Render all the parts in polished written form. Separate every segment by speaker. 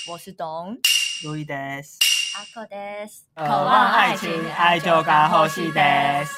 Speaker 1: 我是董
Speaker 2: 路易德斯，
Speaker 1: 阿克德斯，
Speaker 2: 渴望爱情，爱就该呼吸德斯。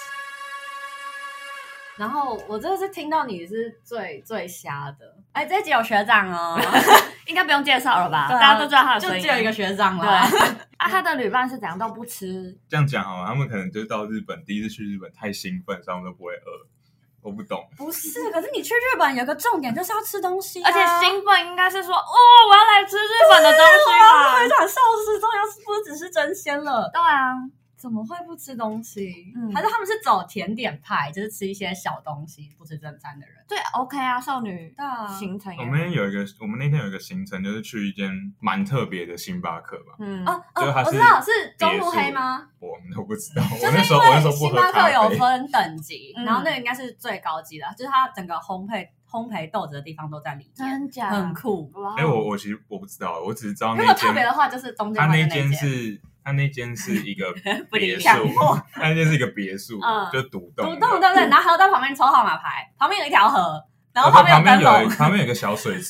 Speaker 1: 然后我真的是听到你是最瞎的，哎，这一集有学长哦，应该不用介绍了吧？大家都知道他的声音，就只有一个学长了。对啊，他的旅伴是怎样都不吃。
Speaker 3: 这样讲好，他们可能就是到日本，第一次去日本太兴奋，所以他们都不会饿。我不懂，
Speaker 1: 不是，可是你去日本有个重点就是要吃东西、
Speaker 4: 而且兴奋应该是说，我要来吃日本的东西
Speaker 1: 嘛，非常寿司，重要是不只是真鲜了。
Speaker 4: 对啊。
Speaker 1: 怎么会不吃东西？还是他们是走甜点派，就是吃一些小东西，不吃正餐的人？
Speaker 4: 对 ，OK 啊，少女行程。
Speaker 3: 我们那天有一个行程，就是去一间蛮特别的星巴克吧。
Speaker 1: 就是它是我知道是中路黑吗？
Speaker 3: 我不知道，
Speaker 1: 我那时候不喝咖啡。星巴克有分等级，然后那个应该是最高级的，就是它整个烘焙豆子的地方都在里面，
Speaker 4: 真假
Speaker 1: 很酷。
Speaker 3: 我其实我不知道，我只是知道
Speaker 1: 如果特别的话，就是中间
Speaker 3: 它那间是。他那间是一个别墅，他那间是一个别墅，就独栋，
Speaker 1: 对不对？然后还有在旁边抽号码牌，旁边有一条河，然后旁边
Speaker 3: 有一个小水池，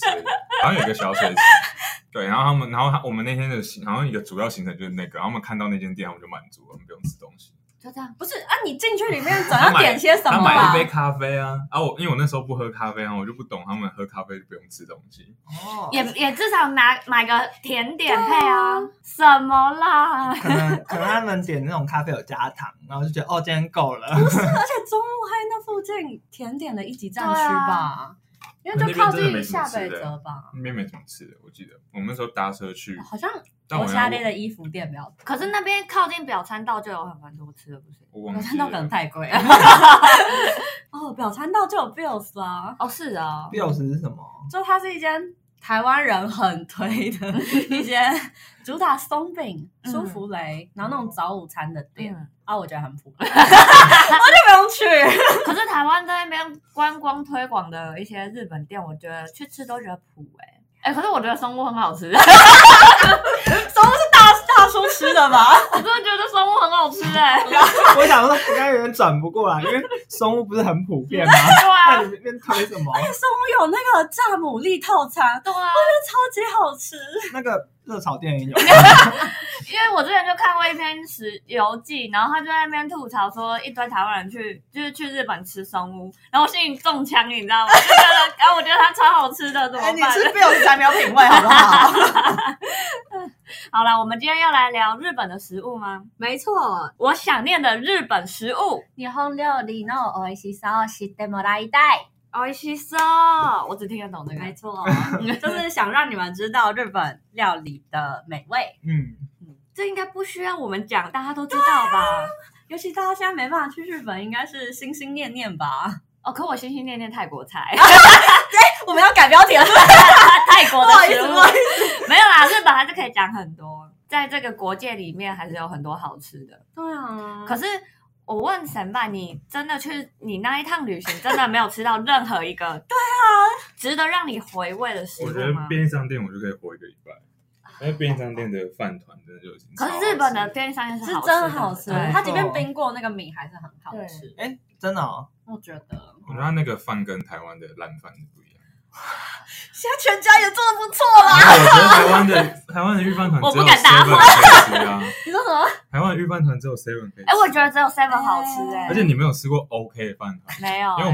Speaker 3: 对，然后我们那天的好像一个主要行程就是那个，然后我们看到那间店，我们就满足了，我们不用吃东西。
Speaker 1: 就这样，不是啊？你进去里面总要点些什么？
Speaker 3: 他买一杯咖啡啊！因为我那时候不喝咖啡啊，我就不懂他们喝咖啡就不用吃东西。
Speaker 4: 也至少买个甜点配啊？什么啦？
Speaker 2: 可能他们点那种咖啡有加糖，然后就觉得今天够了。
Speaker 1: 不是，而且中路黑那附近甜点的一级战区吧？因为就靠近下北泽吧，
Speaker 3: 那边没什么吃的，我记得我们那时候搭车去，
Speaker 1: 好像我下列的衣服店比较多，
Speaker 4: 可是那边靠近表参道就有很多吃的，不是？
Speaker 1: 表参道可能太贵了。表参道就有 Bills 啦。
Speaker 4: 是啊
Speaker 2: ，Bills 是什么？
Speaker 1: 就它是一间台湾人很推的一间主打松饼、舒芙蕾，然后那种早午餐的店。我觉得很普通，我就不用去。
Speaker 4: 可是台湾在那边观光推广的一些日本店，我觉得去吃都觉得普可是我觉得松屋很好吃。松屋
Speaker 1: 是大叔吃的吧？
Speaker 4: 我真的觉得松屋很好吃
Speaker 2: 我想说，我刚才有点转不过来，因为松屋不是很普遍吗？
Speaker 4: 对啊，
Speaker 2: 那你那边推什么？
Speaker 1: 而且松屋有那个炸牡蛎套餐，
Speaker 4: 对啊，
Speaker 1: 我觉得超级好吃。
Speaker 2: 那个热炒店也有。
Speaker 4: 因为我之前就看过一篇游记，然后他就在那边吐槽说，一堆台湾人去日本吃松屋，然后我心里中枪，你知道吗？我觉得它超好吃的，怎么办？
Speaker 1: 你吃Bills才没有品味，好不好？
Speaker 4: 好啦，我们今天要来聊日本的食物吗？
Speaker 1: 没错，
Speaker 4: 我想念的日本食物。
Speaker 1: 日本料理の美味しさを知ってもらいたい。
Speaker 4: 美味しそう，我只听得懂这个。
Speaker 1: 没错，就是想让你们知道日本料理的美味。
Speaker 4: 这应该不需要我们讲，大家都知道吧？
Speaker 1: 尤其大家现在没办法去日本，应该是心心念念吧？
Speaker 4: 可我心心念念泰国菜。
Speaker 1: 我们要改标题了，
Speaker 4: 泰国的食物。
Speaker 1: 不好意
Speaker 4: 思，没有啦，日本还是可以讲很多，在这个国界里面还是有很多好吃的。
Speaker 1: 对啊，
Speaker 4: 可是我问神爸，你真的去你那一趟旅行，真的没有吃到任何一个对啊值得让你回味的食物吗？
Speaker 3: 我觉得便利商店我就可以活一个礼拜。因为便利商店的饭团真的就已经
Speaker 4: 可是日本的便利商店是
Speaker 1: 真的好吃，它即便冰过那个米还是很好吃。
Speaker 2: 真的哦，
Speaker 1: 我觉得
Speaker 3: 它那个饭跟台湾的烂饭是不一样。
Speaker 1: 现在全家也做得不错啦。
Speaker 3: 我觉得台湾的御饭团，
Speaker 4: 我不敢答话。
Speaker 1: 你说什么？
Speaker 3: 台湾的御饭团只有 7可以吃。
Speaker 4: 我觉得只有 7好吃
Speaker 3: 而且你没有吃过 OK 的饭团？
Speaker 4: 没有，
Speaker 3: 因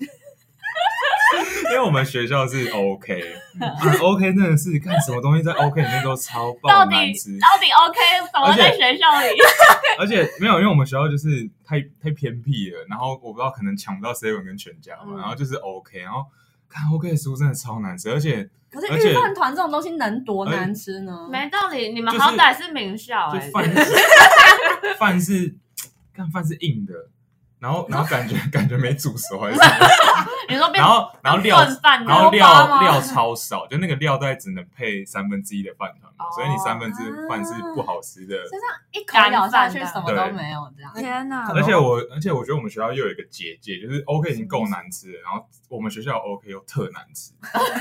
Speaker 3: 为我们学校是 OK，OK 真的是看什么东西在 OK 里面都超爆难吃。
Speaker 4: 到底 OK 什么在学校里？
Speaker 3: 而且没有，因为我们学校就是太偏僻了，然后我不知道可能抢不到 7跟全家嘛，然后就是 OK， 然后看 OK 的食物真的超难吃，而且
Speaker 1: 可是御饭团这种东西能多难吃呢？
Speaker 4: 没道理，你们好歹是名校
Speaker 3: 饭是硬的。然后感觉没煮熟还是什么？
Speaker 4: 你说
Speaker 3: 然后料超少，就那个料大概只能配1/3的饭团嘛，所以你1/3饭是不好吃的。
Speaker 1: 就这样一口咬下去什么都没有这样。
Speaker 4: 天哪！
Speaker 3: 而且我觉得我们学校又有一个结界，就是 OK 已经够难吃了，然后我们学校 OK 又特难吃。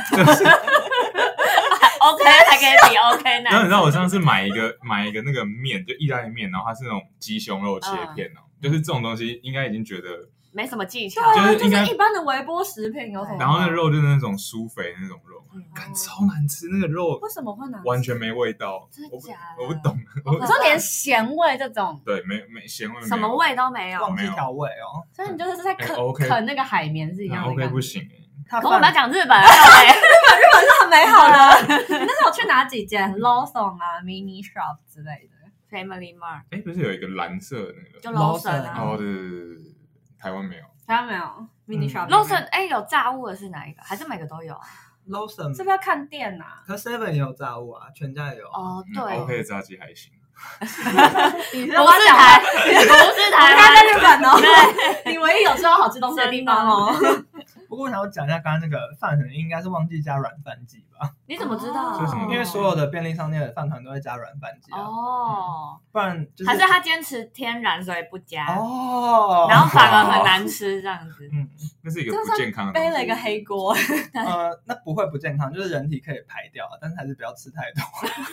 Speaker 4: OK 还可以比 OK 难。
Speaker 3: 然后你知道我上次买一个那个面，就意大利面，然后它是那种鸡胸肉切片哦。就是这种东西应该已经觉得
Speaker 4: 没什么技巧，
Speaker 1: 对啊，
Speaker 3: 就是应该
Speaker 1: 一般的微波食品有什么？
Speaker 3: 然后那肉就是那种酥肥那种肉，干超难吃，那个肉
Speaker 1: 为什么会难吃？
Speaker 3: 完全没味道，
Speaker 4: 真的假的
Speaker 3: 我不懂，
Speaker 1: 你说连咸味这种，
Speaker 3: 对，没咸味没有，
Speaker 4: 什么味都没有。
Speaker 2: 忘记调味哦。
Speaker 1: 所以你就是在
Speaker 3: OK
Speaker 1: 啃那个海绵是一样的感觉。
Speaker 3: OK 不行
Speaker 2: 他
Speaker 4: 可我们要
Speaker 2: 饭
Speaker 4: 讲日本，对
Speaker 1: 很美好的。你那时候去哪几间 ？Lawson 啊 ，Mini Shop 之类的。
Speaker 4: ，Family Mart
Speaker 3: 哎，不是有一个蓝色的那个？
Speaker 4: 就 Lawson 啊
Speaker 3: 哦，对，台湾没有。
Speaker 1: 台湾没有 Mini Shop。
Speaker 4: ，Lawson 哎，有炸物的是哪一个？还是每个都有啊？
Speaker 2: Lawson
Speaker 1: 是不是要看店啊？
Speaker 2: 可 Seven 也有炸物啊，全家也有。
Speaker 4: 哦，对，
Speaker 3: OK 的炸鸡还行。
Speaker 1: 你
Speaker 4: 不是台，不是台
Speaker 1: 他在日
Speaker 4: 湾，
Speaker 1: 本哦。你唯一有吃到好吃东西的地方哦。
Speaker 2: 不过我想要讲一下刚刚那个饭团，应该是忘记加软饭剂吧？
Speaker 4: 你怎么知道？
Speaker 3: 这是什么
Speaker 2: 因为所有的便利商店的饭团都会加软饭剂啊。
Speaker 4: 哦，
Speaker 2: 不然就是
Speaker 4: 还是他坚持天然，所以不加，
Speaker 2: 哦，
Speaker 4: 然后反而很难吃这样子。
Speaker 3: 那是一个不健康的东西。
Speaker 1: 背了一个黑锅。
Speaker 2: 那不会不健康，就是人体可以排掉，但是还是不要吃太多。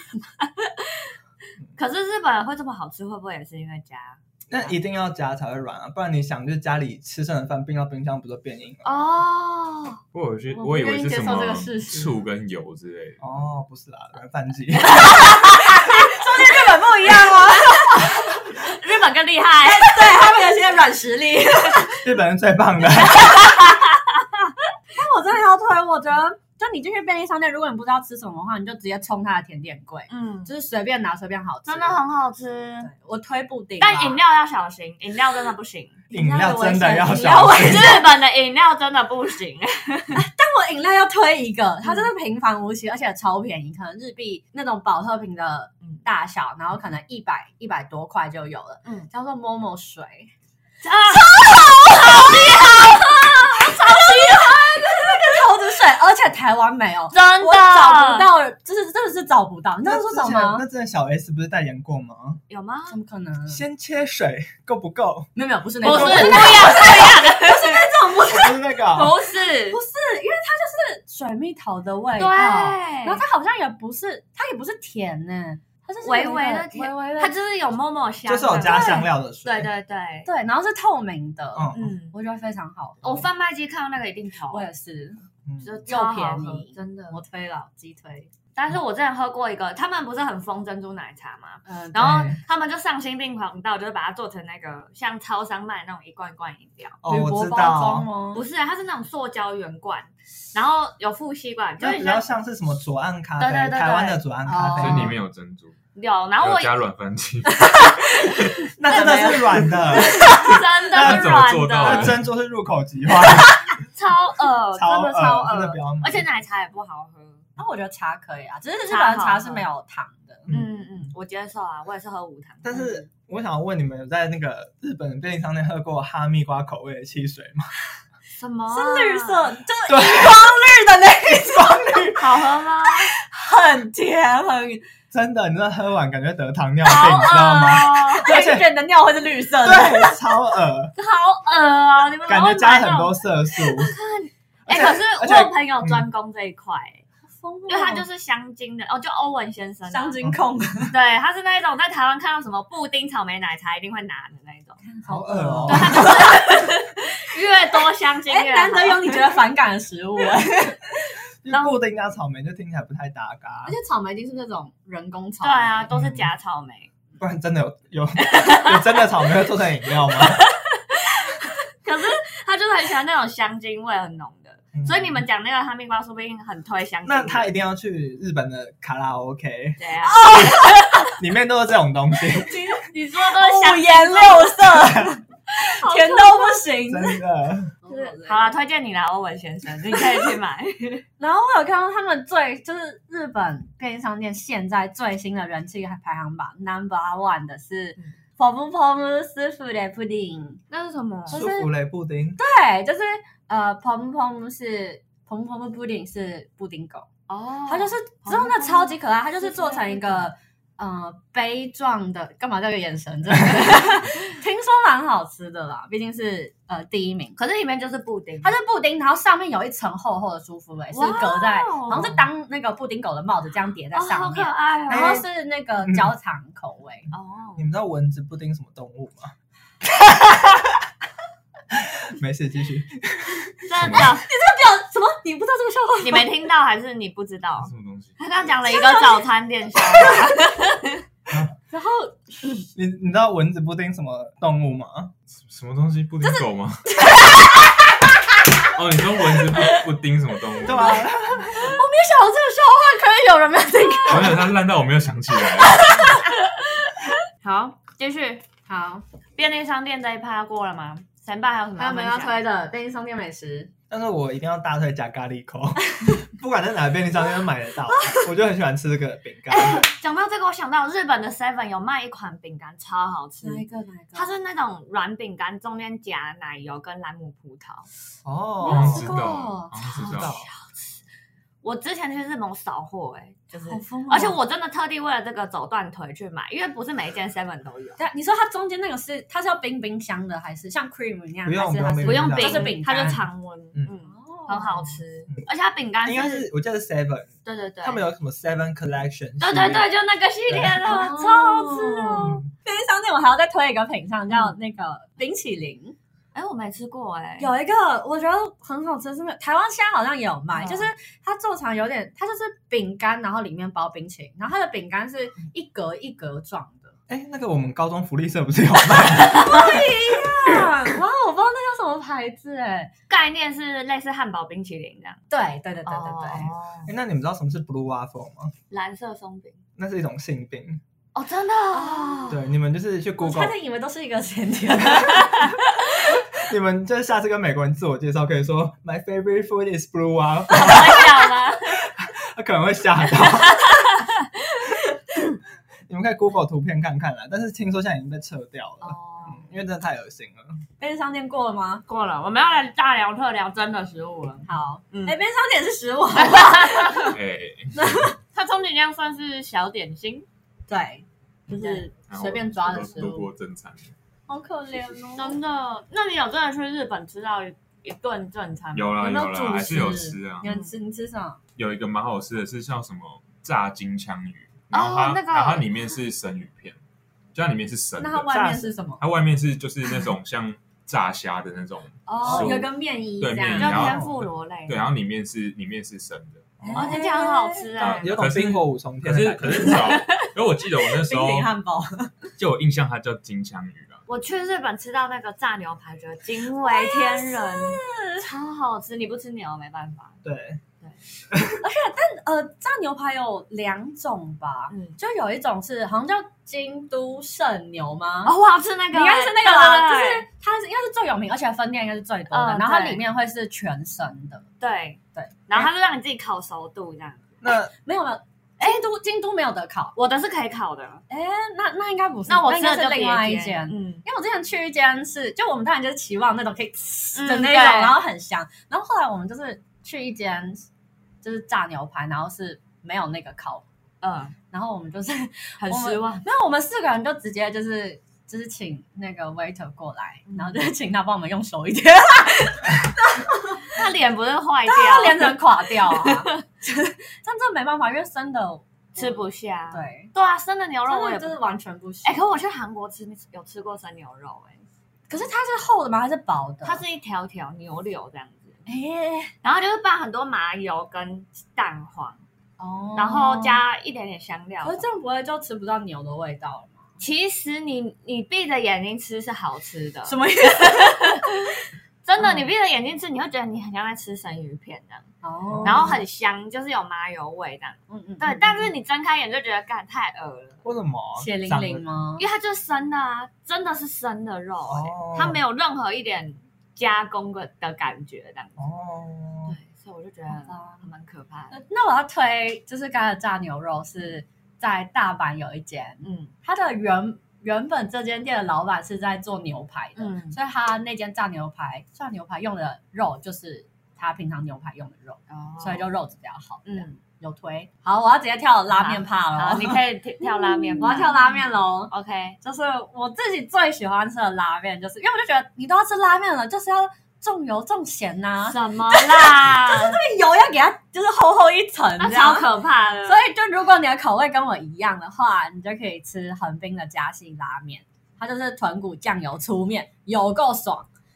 Speaker 4: 可是日本人会这么好吃，会不会也是因为加？
Speaker 2: 那一定要加才会软啊，不然你想，就是家里吃剩的饭冰到冰箱，不就变硬了？
Speaker 4: 哦，
Speaker 3: 我以为是什么
Speaker 1: 我不愿意接受这个事实
Speaker 3: 醋跟油之类的。
Speaker 2: 哦，不是啦，软饭剂。
Speaker 1: 日本不一样哦。
Speaker 4: 日本更厉害。
Speaker 1: 对，他们有些软实力。
Speaker 2: 日本人最棒的。
Speaker 1: 但我真的要推，我觉得就你进去便利商店，如果你不知道吃什么的话，你就直接冲它的甜点柜，就是随便拿随便好吃，
Speaker 4: 真的很好吃。
Speaker 1: 对我推布丁，
Speaker 4: 但饮料要小心，饮料真的不行。
Speaker 2: 饮料真的要
Speaker 1: 饮料
Speaker 2: 小心。
Speaker 4: 日本的饮料真的不行。
Speaker 1: 但我饮料要推一个，它真的平凡无奇，而且超便宜，可能日币那种保特瓶的大小，然后可能100多块就有了，叫做 Momo 水，超猴子水，而且台湾没有，
Speaker 4: 真的
Speaker 1: 我找不到，就是真的是找不到。你知道说什么
Speaker 2: 那之前小 S 不是代言过吗？
Speaker 4: 有吗？
Speaker 1: 怎么可能？
Speaker 2: 先切水够不够？
Speaker 1: 没有，不是那
Speaker 4: 不
Speaker 1: 种，
Speaker 4: 是不一样，
Speaker 2: 不是那个，
Speaker 4: 不是
Speaker 1: 不是，因为它就是水蜜桃的味道，
Speaker 4: 对，
Speaker 1: 然后它好像也不是，它也不是甜呢，它就是
Speaker 4: 微微的甜，
Speaker 1: 微微的，
Speaker 4: 它就是有默香，
Speaker 2: 就是有加香料的水。
Speaker 4: 对对对，
Speaker 1: 对，然后是透明的，
Speaker 4: 我
Speaker 1: 我觉得非常好。
Speaker 4: 我贩卖机看到那个一定投，
Speaker 1: 我也是，
Speaker 4: 就
Speaker 1: 又便宜，
Speaker 4: 真的。
Speaker 1: 我推了，鸡推。
Speaker 4: 但是我之前喝过一个，他们不是很疯珍珠奶茶吗？然
Speaker 1: 然
Speaker 4: 后他们就丧心病狂到，就是把它做成那个像超商卖那种一罐一罐饮料。
Speaker 2: 哦，我知
Speaker 1: 包装
Speaker 2: 道，
Speaker 1: 吗？
Speaker 4: 不是，它是那种塑胶圆罐，然后有附吸管，就
Speaker 2: 就比较像是什么左岸咖啡，
Speaker 4: 对
Speaker 2: 台湾的左岸咖啡，
Speaker 3: 所以里面有珍珠，
Speaker 4: 有。然后我
Speaker 3: 有加软饭剂。
Speaker 2: 那真的是软的，
Speaker 4: 真的
Speaker 3: 那怎么
Speaker 4: 是软
Speaker 3: 做到的
Speaker 2: 那
Speaker 4: 的，
Speaker 2: 珍珠是入口即化，
Speaker 4: 超恶，真的超恶
Speaker 2: 真的不，要买。
Speaker 4: 而且奶茶也不好喝。
Speaker 1: 那我觉得茶可以啊，只是日本的茶是没有糖的。
Speaker 4: 我接受啊，我也是喝无糖。
Speaker 2: 但是我想问你们，有在那个日本便利商店喝过哈密瓜口味的汽水吗？
Speaker 4: 什么啊？
Speaker 1: 是绿色，就是
Speaker 2: 对
Speaker 1: 荧光绿的那一种，
Speaker 4: 好喝吗？
Speaker 1: 很甜，很，
Speaker 2: 真的，你知道喝完感觉得糖尿病，你知道吗？
Speaker 1: 而且觉得你的尿会是绿色的。
Speaker 2: 对，超恶，
Speaker 4: 好恶啊！你们
Speaker 2: 感觉加很多色素。
Speaker 4: 哎，可是我有朋友专攻这一块，因为他就是香精的哦，就欧文先生
Speaker 1: 香精控，
Speaker 4: 对，他是那一种在台湾看到什么布丁草莓奶茶一定会拿的那一种，
Speaker 2: 好恶哦
Speaker 4: 对，！他就是越多香精越好。
Speaker 1: 难得有你觉得反感的食物哎。
Speaker 2: 然后布丁加草莓就听起来不太搭嘎
Speaker 1: 而，且草莓一定是那种人工草莓，
Speaker 4: 对啊，都是假草莓。
Speaker 2: 不然真的有真的草莓会做成饮料吗？
Speaker 4: 可是他就是很喜欢那种香精味很浓的，所以你们讲那个哈密瓜说不定很推香精。
Speaker 2: 那他一定要去日本的卡拉 OK，
Speaker 4: 对啊，
Speaker 2: 里面都是这种东西，
Speaker 4: 你说的都是香
Speaker 1: 五颜六色，甜都不行。
Speaker 2: 真的。
Speaker 4: 好啦，推荐你来欧文先生，你可以去买。
Speaker 1: 然后我有看到他们就是日本便利商店现在最新的人气排行榜 No.1 的是蓬蓬斯芙蕾布丁，
Speaker 4: 那是什么？
Speaker 2: 舒芙蕾布丁，
Speaker 1: 对，就是蓬蓬布丁是布丁狗，
Speaker 4: 哦，
Speaker 1: 它就是真的超级可爱，它就是做成一个杯状的，干嘛这个眼神？真的听说蛮好吃的啦，毕竟是第一名。
Speaker 4: 可是里面就是布丁，
Speaker 1: 它是布丁，然后上面有一层厚厚的舒芙蕾，是隔在，好像是当那个布丁狗的帽子这样叠在上面，
Speaker 4: 好可爱哦。
Speaker 1: 然后是那个焦糖口味。
Speaker 4: 哦
Speaker 2: 你，们知道蚊子布丁什么动物吗？ 没事，继续。
Speaker 4: 真的，
Speaker 1: 什么？你不知道这个笑话？
Speaker 4: 你没听到还是你不知道？
Speaker 3: 什么东西？
Speaker 4: 他刚刚讲了一个早餐店笑话，
Speaker 1: 然后
Speaker 2: 你知道蚊子布丁什么动物吗？
Speaker 3: 什么东西？布丁狗吗？哦，你说蚊子布丁什么动物？
Speaker 2: 对吧？
Speaker 1: 我没有想到这个笑话，可以有人没有听过。
Speaker 3: 没有，它烂到我没有想起来。
Speaker 4: 好，继续。
Speaker 1: 好，
Speaker 4: 便利商店这一趴过了吗？神爸还有什么
Speaker 1: 还有没有要
Speaker 4: 要分享？
Speaker 1: 推的便利商店美食？
Speaker 2: 但是我一定要大推加咖喱口，不管在哪个便利商店都买得到。我就很喜欢吃这个饼干。
Speaker 4: 讲到这个，我想到日本的 Seven 有卖一款饼干，超好吃。
Speaker 1: 哪一个？
Speaker 4: 它是那种软饼干，中间夹奶油跟兰姆葡萄。
Speaker 2: 哦，
Speaker 3: 好像知
Speaker 1: 吃过
Speaker 3: 道，好像知道。
Speaker 4: 我之前去日本扫货，就是
Speaker 1: 好疯哦
Speaker 4: 而且我真的特地为了这个走断腿去买，因为不是每一间 Seven 都有。
Speaker 1: 对，你说它中间那个它是要冰箱的，还是像 cream 那样？
Speaker 2: 不用
Speaker 1: 还是它是
Speaker 4: 不用
Speaker 1: 就是饼
Speaker 4: 它
Speaker 1: 干，
Speaker 4: 就常温，
Speaker 1: 哦
Speaker 4: 很好吃。而且它饼干
Speaker 2: 应该是我记得是 Seven，
Speaker 4: 对对对，
Speaker 2: 他们有什么 Seven Collection？
Speaker 4: 对对对，就那个系列的，
Speaker 1: 对
Speaker 4: 超好吃哦。
Speaker 1: 便利商店我还要再推一个品项，叫那个冰淇淋。
Speaker 4: 哎，我没吃过哎。
Speaker 1: 有一个我觉得很好吃，是台湾现在好像也有卖，就是它做成有点，它就是饼干，然后里面包冰淇淋，然后它的饼干是一格一格状的。
Speaker 2: 哎，那个我们高中福利社不是有卖？
Speaker 1: 不一样，然后我不知道那叫什么牌子哎，
Speaker 4: 概念是类似汉堡冰淇淋这样。
Speaker 1: 对对对对对对。
Speaker 4: 哦
Speaker 2: 哎，那你们知道什么是 Blue Waffle 吗？
Speaker 4: 蓝色松饼。
Speaker 2: 那是一种性病。
Speaker 4: 哦，真的
Speaker 1: 哦
Speaker 2: 对，你们就是去
Speaker 1: 我
Speaker 2: Google，
Speaker 1: 差点以为都是一个甜甜。
Speaker 2: 你们就是下次跟美国人自我介绍，可以说 My favorite food is Blue Waffle，
Speaker 4: 会笑吗？
Speaker 2: 他可能会吓到。你们可以 Google 图片看看啦，但是听说现在已经被撤掉了，
Speaker 4: 哦，
Speaker 2: 因为真的太恶心了。
Speaker 1: 便利商店过了吗？
Speaker 4: 过了，我们要来大聊特聊真的食物了。
Speaker 1: 好，
Speaker 4: 嗯
Speaker 1: 便利商店是食物。
Speaker 3: 哎，
Speaker 4: 它充其量算是小点心，
Speaker 1: 对，就是随便抓的食
Speaker 3: 路
Speaker 1: 物。
Speaker 3: 过正餐。
Speaker 1: 好可怜哦。
Speaker 4: 真的。那你有真的去日本吃到一顿正餐吗？
Speaker 3: 有啦有啦，
Speaker 1: 有没有主食？
Speaker 3: 还是有吃啊。
Speaker 1: 你吃什么？
Speaker 3: 有一个蛮好吃的是叫什么炸金枪鱼，然后
Speaker 4: 那个
Speaker 3: 然后它里面是生鱼片，就它里面是生的，
Speaker 1: 那它外面是什么？
Speaker 3: 它外面是就是那种像炸虾的那种，
Speaker 1: 哦，
Speaker 3: 是
Speaker 1: 有个面衣这
Speaker 3: 对面衣
Speaker 1: 样。
Speaker 4: 就天妇罗类。
Speaker 3: 对，然后里面是生的。
Speaker 4: 哦，听起来很好吃哎。
Speaker 2: 有种冰火五重
Speaker 3: 可是
Speaker 2: 天的感觉。
Speaker 3: 至少，因为我记得我那时
Speaker 1: 冰
Speaker 3: 候
Speaker 1: 淇淋汉堡。
Speaker 3: 就有印象，它叫金枪鱼啊。
Speaker 4: 我去日本吃到那个炸牛排，觉得惊为天人，超好吃。你不吃牛没办法。
Speaker 2: 对，
Speaker 1: 炸牛排有2种吧，
Speaker 4: 嗯，
Speaker 1: 就有一种是好像叫京都圣牛吗？
Speaker 4: 哦，我好吃那个，
Speaker 1: 应该是那个啦，就
Speaker 4: 对
Speaker 1: 是它应该是最有名，而且分店应该是最多的。
Speaker 4: 嗯
Speaker 1: 然后它
Speaker 4: 对
Speaker 1: 里面会是全生的，
Speaker 4: 对
Speaker 1: 对。
Speaker 4: 然后它是让你自己烤熟度这样。
Speaker 2: 那
Speaker 1: 没有，京都没有得烤。
Speaker 4: 我的是可以烤的，
Speaker 1: 哎，那应该不是，
Speaker 4: 那我吃
Speaker 1: 应该是另
Speaker 4: 的就别
Speaker 1: 外一间。
Speaker 4: 嗯，
Speaker 1: 因为我之前去一间是，就我们当然就是期望那种可以吃的那种，
Speaker 4: 对
Speaker 1: 然后很香。然后后来我们就是去一间就是炸牛排，然后是没有那个烤，然后我们就是
Speaker 4: 很失望。
Speaker 1: 没有，我们4个人就直接就是请那个 waiter 过来，然后就是请他帮我们用熟一点，
Speaker 4: 他脸不是坏
Speaker 1: 他
Speaker 4: 掉，
Speaker 1: 脸整垮掉啊！但这没办法，因为生的
Speaker 4: 吃不下。
Speaker 1: 对，
Speaker 4: 对啊，生的牛肉我也不
Speaker 1: 真的就是完全不行。
Speaker 4: 可我去韩国吃，你有吃过生牛肉
Speaker 1: 可是它是厚的吗？还是薄的？
Speaker 4: 它是一条条牛柳这样子，
Speaker 1: 哎
Speaker 4: 然后就是拌很多麻油跟蛋黄，
Speaker 1: 哦，
Speaker 4: 然后加一点点香料
Speaker 1: 可。是这样不会就吃不到牛的味道了吗？
Speaker 4: 其实你闭着眼睛吃是好吃的，
Speaker 1: 什么意思？
Speaker 4: 真的，你闭着眼睛吃，你会觉得你很像在吃生鱼片这样，
Speaker 1: 哦
Speaker 4: 然后很香，就是有麻油味这样。对，但是你睁开眼就觉得干太恶了，
Speaker 2: 为什么
Speaker 1: 血淋淋吗？
Speaker 4: 因为它就是生的啊，真的是生的肉
Speaker 2: 哦
Speaker 4: 它没有任何一点加工的感觉这样子。
Speaker 2: 哦，
Speaker 4: 对，所以我就觉得蛮可怕的。
Speaker 1: 那我要推就是刚才的炸牛肉是在大阪有一间，它的原本这间店的老板是在做牛排的，所以他那间炸牛排用的肉就是他平常牛排用的肉，所以就肉质比较好。有推。好，我要直接跳拉面趴了。
Speaker 4: 好，你可以跳拉面，
Speaker 1: 我要跳拉面喽。
Speaker 4: OK，
Speaker 1: 就是我自己最喜欢吃的拉面，就是因为我就觉得你都要吃拉面了，就是要重油重咸呐、
Speaker 4: 什么啦？
Speaker 1: 就是这个油要给它就是厚一层，
Speaker 4: 那
Speaker 1: 这样
Speaker 4: 超可怕的。
Speaker 1: 所以就如果你的口味跟我一样的话，你就可以吃横滨的家系拉面，它就是豚骨酱油粗面，有够爽。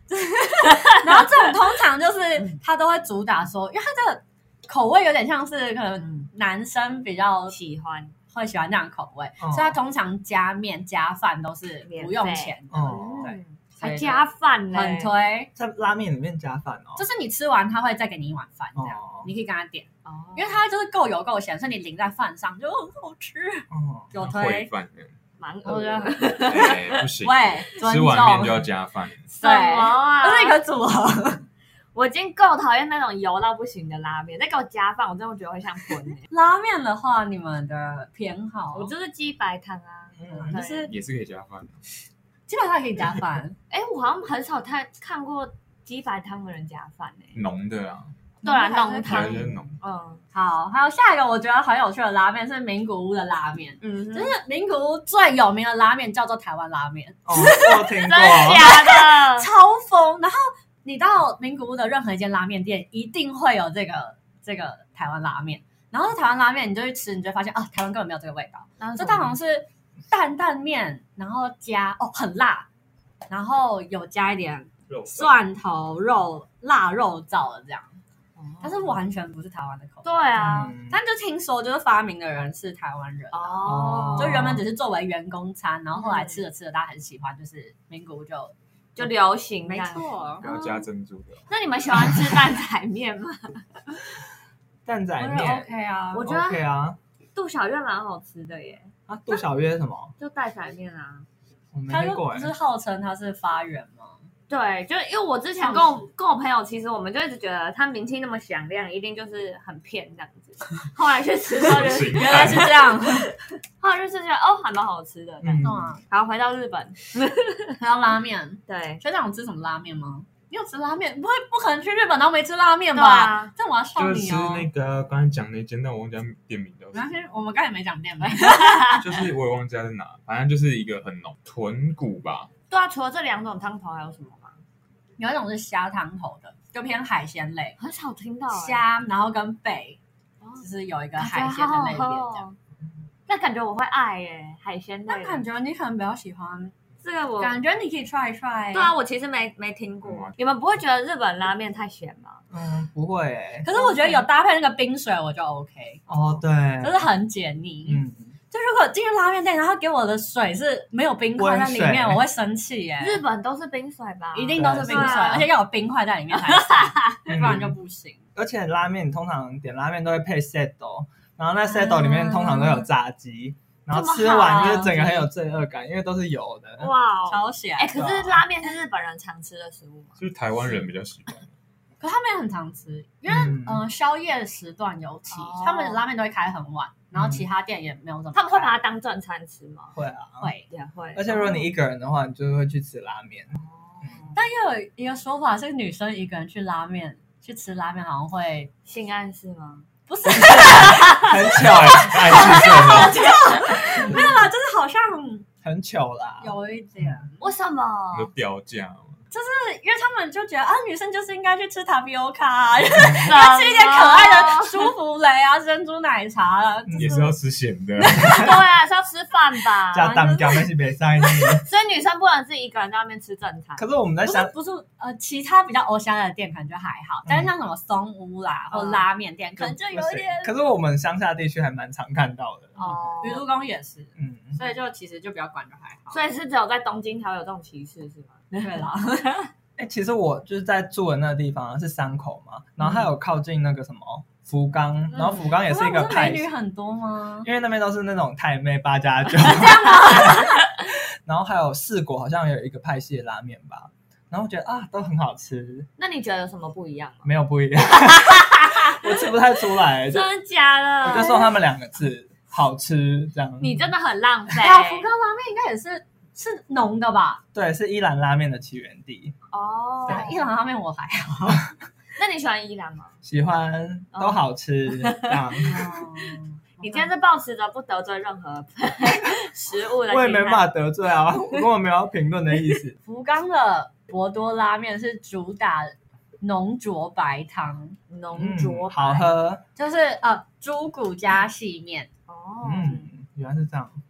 Speaker 1: 然后这种通常就是他都会主打说，因为他的口味有点像是可能男生比较
Speaker 4: 喜欢
Speaker 1: 会喜欢这样的口味，所以他通常加面加饭都是不用钱的。对，
Speaker 4: 还加饭呢，
Speaker 1: 很推。
Speaker 2: 在拉面里面加饭哦，
Speaker 1: 就是你吃完他会再给你一碗饭，这样你可以跟他点，因为它就是够油够咸，所以你淋在饭上就很好吃。有
Speaker 3: 烩
Speaker 1: 推，
Speaker 3: 饭的，
Speaker 4: 蛮
Speaker 1: 我觉得
Speaker 3: 不行，
Speaker 1: 喂，
Speaker 3: 吃完面就要加饭。
Speaker 4: 什么啊？
Speaker 1: 这是一个组合。
Speaker 4: 我已经够讨厌那种油到不行的拉面，再给我加饭，我真的觉得会像荤
Speaker 1: 拉面的话，你们的偏好，
Speaker 4: 我就是鸡白汤啊，
Speaker 1: 就是
Speaker 3: 也是可以加饭的，
Speaker 1: 基本上可以加饭。
Speaker 4: 我好像很少看过鸡白汤的人加饭
Speaker 3: 浓的啊，
Speaker 4: 对啊，浓汤
Speaker 3: 有些浓。
Speaker 1: 好，还有下一个我觉得很有趣的拉面是名古屋的拉面，就是名古屋最有名的拉面叫做台湾拉面。
Speaker 2: 我听过，
Speaker 4: 真的假的？
Speaker 1: 超疯。然后你到名古屋的任何一间拉面店，一定会有这个台湾拉面。然后台湾拉面你就去吃，你就会发现台湾根本没有这个味道。这它好像是担面，然后加很辣，然后有加一点蒜头肉腊肉燥的这样。但是完全不是台湾的口味。
Speaker 4: 对啊，
Speaker 1: 但就听说就是发明的人是台湾人就原本只是作为员工餐，然后后来吃着大家很喜欢，就是名古屋就
Speaker 4: 流行，
Speaker 1: 没错。
Speaker 3: 不要加珍珠的。
Speaker 4: 那你们喜欢吃蛋仔面吗？
Speaker 2: 蛋仔面
Speaker 1: OK 啊，
Speaker 4: 我觉得
Speaker 2: OK 啊。
Speaker 4: 杜小月蛮好吃的耶。
Speaker 2: 杜小月是什么？
Speaker 4: 就蛋仔面啊。
Speaker 2: 我没
Speaker 1: 他
Speaker 2: 听过
Speaker 1: 不是号称他是发源吗？
Speaker 4: 对，就因为我之前跟我朋友，其实我们就一直觉得他名气那么响亮，一定就是很骗这样子。后来去吃之后，
Speaker 1: 原来是这样。
Speaker 4: 后来就觉得还蛮好吃的。好，回到日本，
Speaker 1: 还要拉面。
Speaker 4: 对，
Speaker 1: 学长有吃什么拉面吗？你有吃拉面？不可能去日本然后没吃拉面吧？这样我要笑
Speaker 3: 就是
Speaker 1: 你哦。
Speaker 3: 那个刚才讲那间，但我忘记店名叫什么。
Speaker 1: 我们刚才没讲店名。
Speaker 3: 就是我也忘记在哪，反正就是一个很浓豚骨吧。
Speaker 4: 对啊，除了这两种汤头还有什么吗？
Speaker 1: 有一种是虾汤头的，就偏海鲜类，
Speaker 4: 很少听到
Speaker 1: 虾，然后跟贝，就是有一个海鲜的类别这样。
Speaker 4: 那感觉我会爱耶，海鲜类。
Speaker 1: 但感觉你可能比较喜欢
Speaker 4: 这个，我
Speaker 1: 感觉你可以 try。
Speaker 4: 对啊，我其实没听过。你们不会觉得日本拉面太咸吗？
Speaker 2: 不会诶。
Speaker 1: 可是我觉得有搭配那个冰水，我就 OK。
Speaker 2: 对，
Speaker 1: 就是很解腻。就如果进入拉面店，然后给我的水是没有冰块在里面，我会生气耶。
Speaker 4: 日本都是冰水吧？
Speaker 1: 一定都是冰水，而且要有冰块在里面才行，不然就不行。
Speaker 2: 而且拉面通常点拉面都会配 set， 然后那 set 里面通常都有炸鸡，然后吃完就是整个很有罪恶感，因为都是油的。
Speaker 4: 哇，
Speaker 1: 超咸！
Speaker 4: 可是拉面是日本人常吃的食物吗？
Speaker 3: 就是台湾人比较喜欢。
Speaker 1: 可他们也很常吃，因为宵夜时段尤其，他们拉面都会开很晚，然后其他店也没有怎么。
Speaker 4: 他们会把它当正餐吃吗？
Speaker 2: 会啊，
Speaker 4: 也会。
Speaker 2: 而且如果你一个人的话，你就会去吃拉面。
Speaker 1: 但又有一个说法是，女生一个人去吃拉面，好像会
Speaker 4: 性暗示吗？
Speaker 1: 不是，
Speaker 2: 很巧哎，
Speaker 1: 好巧，没有啦，就是好像
Speaker 2: 很糗啦，
Speaker 1: 有一点。
Speaker 4: 为什么？
Speaker 3: 有标价。
Speaker 1: 就是因为他们就觉得女生就是应该去吃塔比欧卡，就是要吃一点可爱的舒芙蕾啊、珍珠奶茶啊，
Speaker 3: 也是要吃咸的。
Speaker 4: 对啊，是要吃饭吧？
Speaker 2: 加蛋饺那些别在意。
Speaker 4: 所以女生不能自己一个人在外面吃正餐。
Speaker 2: 可是我们在想，
Speaker 1: 不是其他比较欧香的店可能就还好，但是像什么松屋啦或拉面店，可能就有一点。
Speaker 2: 可是我们乡下地区还蛮常看到的。
Speaker 1: 鱼露宫也是，所以就其实就不要管就还好。
Speaker 4: 所以是只有在东京才有这种歧视是吗？
Speaker 1: 对啦。
Speaker 2: 其实我就是在住的那个地方是山口嘛，然后它有靠近那个什么福冈，然后福冈也是一个派
Speaker 1: 美女很多吗？
Speaker 2: 因为那边都是那种台妹8+9，
Speaker 1: 这样吗？
Speaker 2: 然后还有四国好像有一个派系的拉面吧，然后我觉得都很好吃。
Speaker 4: 那你觉得有什么不一样吗？
Speaker 2: 没有不一样，我吃不太出来。
Speaker 4: 真的假的？
Speaker 2: 我就说他们2个字好吃这样。
Speaker 4: 你真的很浪费。
Speaker 1: 福冈拉面应该也是浓的吧？
Speaker 2: 对，是伊兰拉面的起源地。
Speaker 1: 伊兰拉面我还好。
Speaker 4: 那你喜欢伊兰吗？
Speaker 2: 喜欢，都好吃。这样。
Speaker 4: 你今天是抱持着不得罪任何食物的心态。
Speaker 2: 我也没办法得罪啊，我根本没有要评论的意思。
Speaker 1: 福冈的博多拉面是主打浓浊白汤，
Speaker 4: 浓浊
Speaker 2: 好喝，
Speaker 1: 就是猪骨加细面。
Speaker 2: 原来是这样。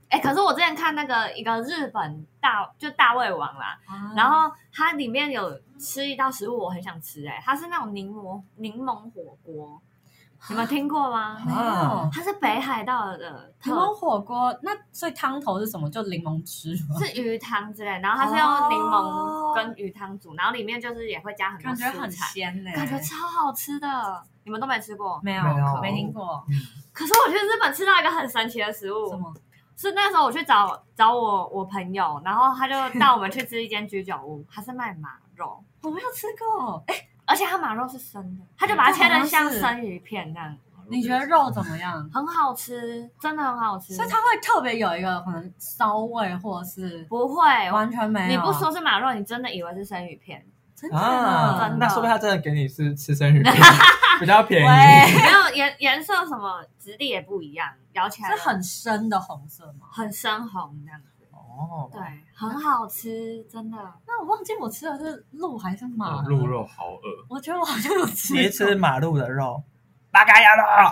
Speaker 4: 可是我之前看那个一个日本大胃王啦，然后它里面有吃一道食物我很想吃，它是那种柠檬火锅。你们听过吗？
Speaker 1: 没有，
Speaker 4: 它是北海道的
Speaker 1: 柠檬火锅。那所以汤头是什么？就柠檬汁吗？
Speaker 4: 是鱼汤之类，然后它是用柠檬跟鱼汤煮，然后里面就是也会加很多蔬菜，
Speaker 1: 感觉很鲜
Speaker 4: 感觉超好吃的。你们都没吃过？
Speaker 1: 没有，没听过。
Speaker 4: 可是我去日本吃到一个很神奇的食物，
Speaker 1: 什么？
Speaker 4: 是那时候我去找我朋友，然后他就带我们去吃一间居酒屋，他是卖马肉，
Speaker 1: 我没有吃过。
Speaker 4: 而且他马肉是生的，他就把它切得像生鱼片那样。
Speaker 1: 你觉得肉怎么样？
Speaker 4: 很好吃，真的很好吃。
Speaker 1: 所以它会特别有一个可能骚味，或者是
Speaker 4: 不会，
Speaker 1: 完全没有。
Speaker 4: 你不说是马肉，你真的以为是生鱼片。
Speaker 1: 真的，
Speaker 2: 那说明他真的给你是吃生鱼片，比较便宜。
Speaker 4: 没有颜色什么质地也不一样，咬起来
Speaker 1: 是很深的红色吗？
Speaker 4: 很深红这样子。
Speaker 2: 哦，
Speaker 4: 对，很好吃，真的。
Speaker 1: 那我忘记我吃的是鹿还是马？
Speaker 3: 鹿肉好恶，
Speaker 1: 我觉得我好像有吃。
Speaker 2: 你吃马鹿的肉，八嘎呀肉。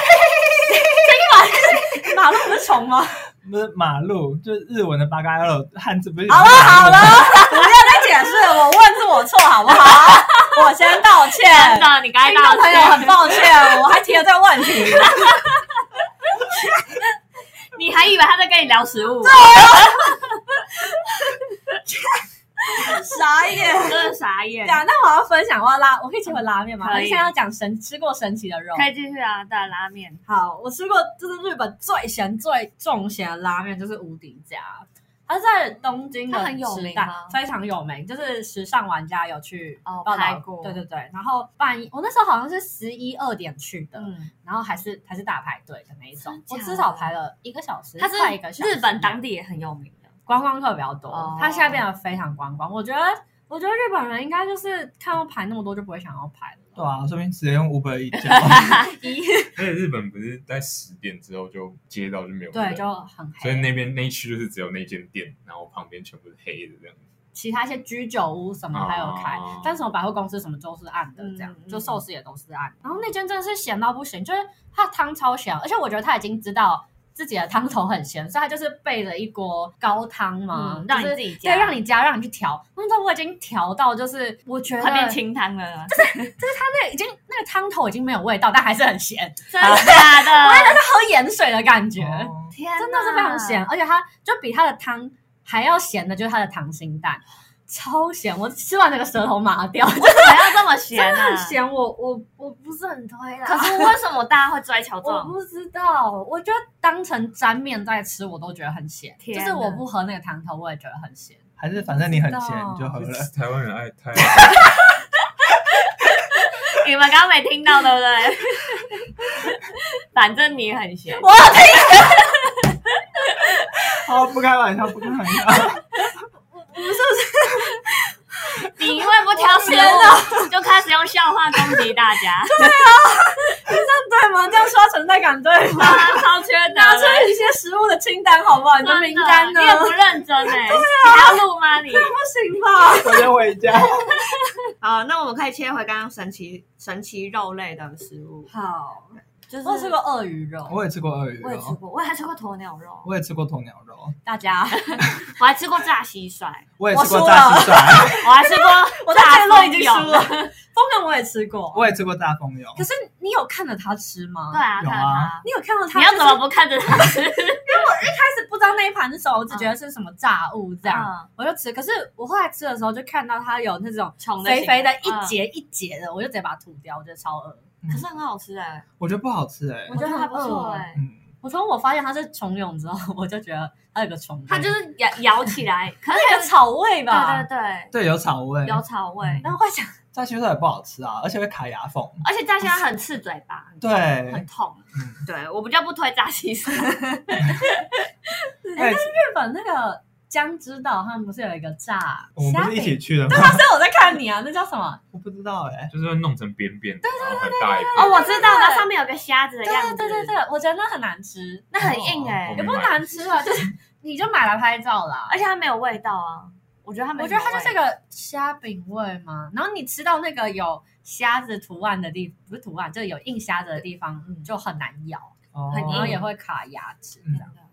Speaker 1: 马鹿不是虫吗？
Speaker 2: 不是马鹿，就是日文的八嘎呀肉，汉字不是。
Speaker 1: 好了，不要再解释了，我问是我错，好不好？我先道歉。
Speaker 4: 真的，你该道歉。
Speaker 1: 朋友很抱歉，我还提了这个问题。
Speaker 4: 你还以为他在跟你聊食物？
Speaker 1: 傻眼，
Speaker 4: 真的傻眼。
Speaker 1: 对啊，那我要分享我可以切回拉面吗？
Speaker 4: 可以。
Speaker 1: 现在要讲吃过神奇的肉，
Speaker 4: 可以继续啊。对，拉面。
Speaker 1: 好，我吃过就是日本最咸最重咸的拉面，就是无敌家。它在东京的时代非常有名，就是时尚玩家有去
Speaker 4: 拍过。
Speaker 1: 对对对，然后我那时候好像是11、2点去的，然后还是大排队的那一种，我至少排了1个小时，
Speaker 4: 它是
Speaker 1: 快1个小时。
Speaker 4: 日本当地也很有名的，
Speaker 1: 观光客比较多，它现在变得非常观光。我觉得日本人应该就是看到排那么多就不会想要排了。
Speaker 2: 对啊，说明直接用 Uber Eats。
Speaker 3: 而且日本不是在10点之后就街道就没有人，
Speaker 1: 对，就很黑，
Speaker 3: 所以那边那一区就是只有那间店，然后旁边全部是黑的这样子。
Speaker 1: 其他一些居酒屋什么还有开，但什么百货公司什么都是暗的，这样就寿司也都是暗。然后那间真的是咸到不行，就是它的汤超咸，而且我觉得他已经知道自己的汤头很咸，所以他就是备了一锅高汤嘛，
Speaker 4: 让你自己加，
Speaker 1: 对，让你加，让你去调。那我已经调到，就是我觉得
Speaker 4: 它变清汤了，
Speaker 1: 就是它那个汤头已经没有味道，但还是很咸，
Speaker 4: 真的假的？
Speaker 1: 我还是喝盐水的感觉，
Speaker 4: 天，
Speaker 1: 真的是非常咸，而且它就比它的汤还要咸的，就是它的溏心蛋。超咸，我吃完那个舌头麻掉。
Speaker 4: 为什么要这么咸啊？
Speaker 1: 真的很咸，我不是很推啦。
Speaker 4: 可是为什么大家会追求这种？
Speaker 1: 我不知道，我觉得当成沾面在吃，我都觉得很咸。就是我不喝那个汤头，我也觉得很咸。
Speaker 2: 还是反正你很咸就喝了。
Speaker 3: 台湾人太
Speaker 4: 你们刚刚没听到对不对？反正你很咸，
Speaker 1: 我有听。
Speaker 2: 好，不开玩笑，不开玩笑。
Speaker 1: 不是，
Speaker 4: 你因为不挑食物，就开始用笑话攻击大家。
Speaker 1: 对啊，你这样对吗？这样刷存在感对吗？
Speaker 4: 超缺德，
Speaker 1: 拿出一些食物的清单好不好？你的名单呢？
Speaker 4: 你也不认真对啊，你要录吗？你
Speaker 1: 不行吧？
Speaker 2: 我先回家。
Speaker 4: 好，那我们可以切回刚刚神奇肉类的食物。
Speaker 1: 好。
Speaker 4: 就是
Speaker 1: 我吃过鳄鱼肉，
Speaker 2: 我也吃过鳄鱼肉，
Speaker 4: 我也吃过，我还吃过鸵鸟肉，
Speaker 2: 我也吃过鸵鸟肉。
Speaker 1: 大家，
Speaker 4: 我还吃过炸蟋蟀，
Speaker 2: 我也吃过炸蟋蟀，
Speaker 4: 我还吃过，
Speaker 1: 我在这都已经输了。蜂蛹我也吃过，
Speaker 2: 我也吃过炸蜂蛹。
Speaker 1: 可是你有看着它吃吗？
Speaker 4: 对啊，
Speaker 2: 有啊，
Speaker 1: 你有看到它？
Speaker 4: 你要怎么不看着它吃？因为
Speaker 1: 我一开始不知道那一盘是什么，我只觉得是什么炸物这样，我就吃。可是我后来吃的时候就看到它有那种肥肥的一节一节的，我就直接把它吐掉，我觉得超恶。
Speaker 4: 可是很好吃哎，
Speaker 2: 我觉得不好吃哎，
Speaker 4: 我觉得还不错哎。
Speaker 1: 我从我发现它是虫蛹之后，我就觉得它有个虫，
Speaker 4: 它就是咬起来，可是
Speaker 1: 有草味吧？
Speaker 2: 对，有草味，
Speaker 4: 有草味。
Speaker 1: 然后会想
Speaker 2: 炸蟋蟀也不好吃啊，而且会卡牙缝，
Speaker 4: 而且炸蟋蟀很刺嘴巴，
Speaker 2: 对，
Speaker 4: 很痛。对我比较不推炸蟋蟀。
Speaker 1: 但是日本那个江之岛他们不是有一个炸？
Speaker 2: 我们不是一起去的吗？
Speaker 1: 对啊，所以我在看你啊，那叫什么？
Speaker 2: 我不知道哎，
Speaker 3: 就是会弄成扁扁的，然后很大一
Speaker 4: 块。哦，我知道，它上面有个虾子的样子。
Speaker 1: 对，我觉得那很难吃，
Speaker 4: 那很硬哎，
Speaker 1: 也不难吃啊，就是你就买来拍照啦，
Speaker 4: 而且它没有味道啊。我觉得它
Speaker 1: 就是个虾饼味嘛，然后你吃到那个有虾子图案的地，不是图案，就是有硬虾子的地方，就很难咬，然后也会卡牙齿这样。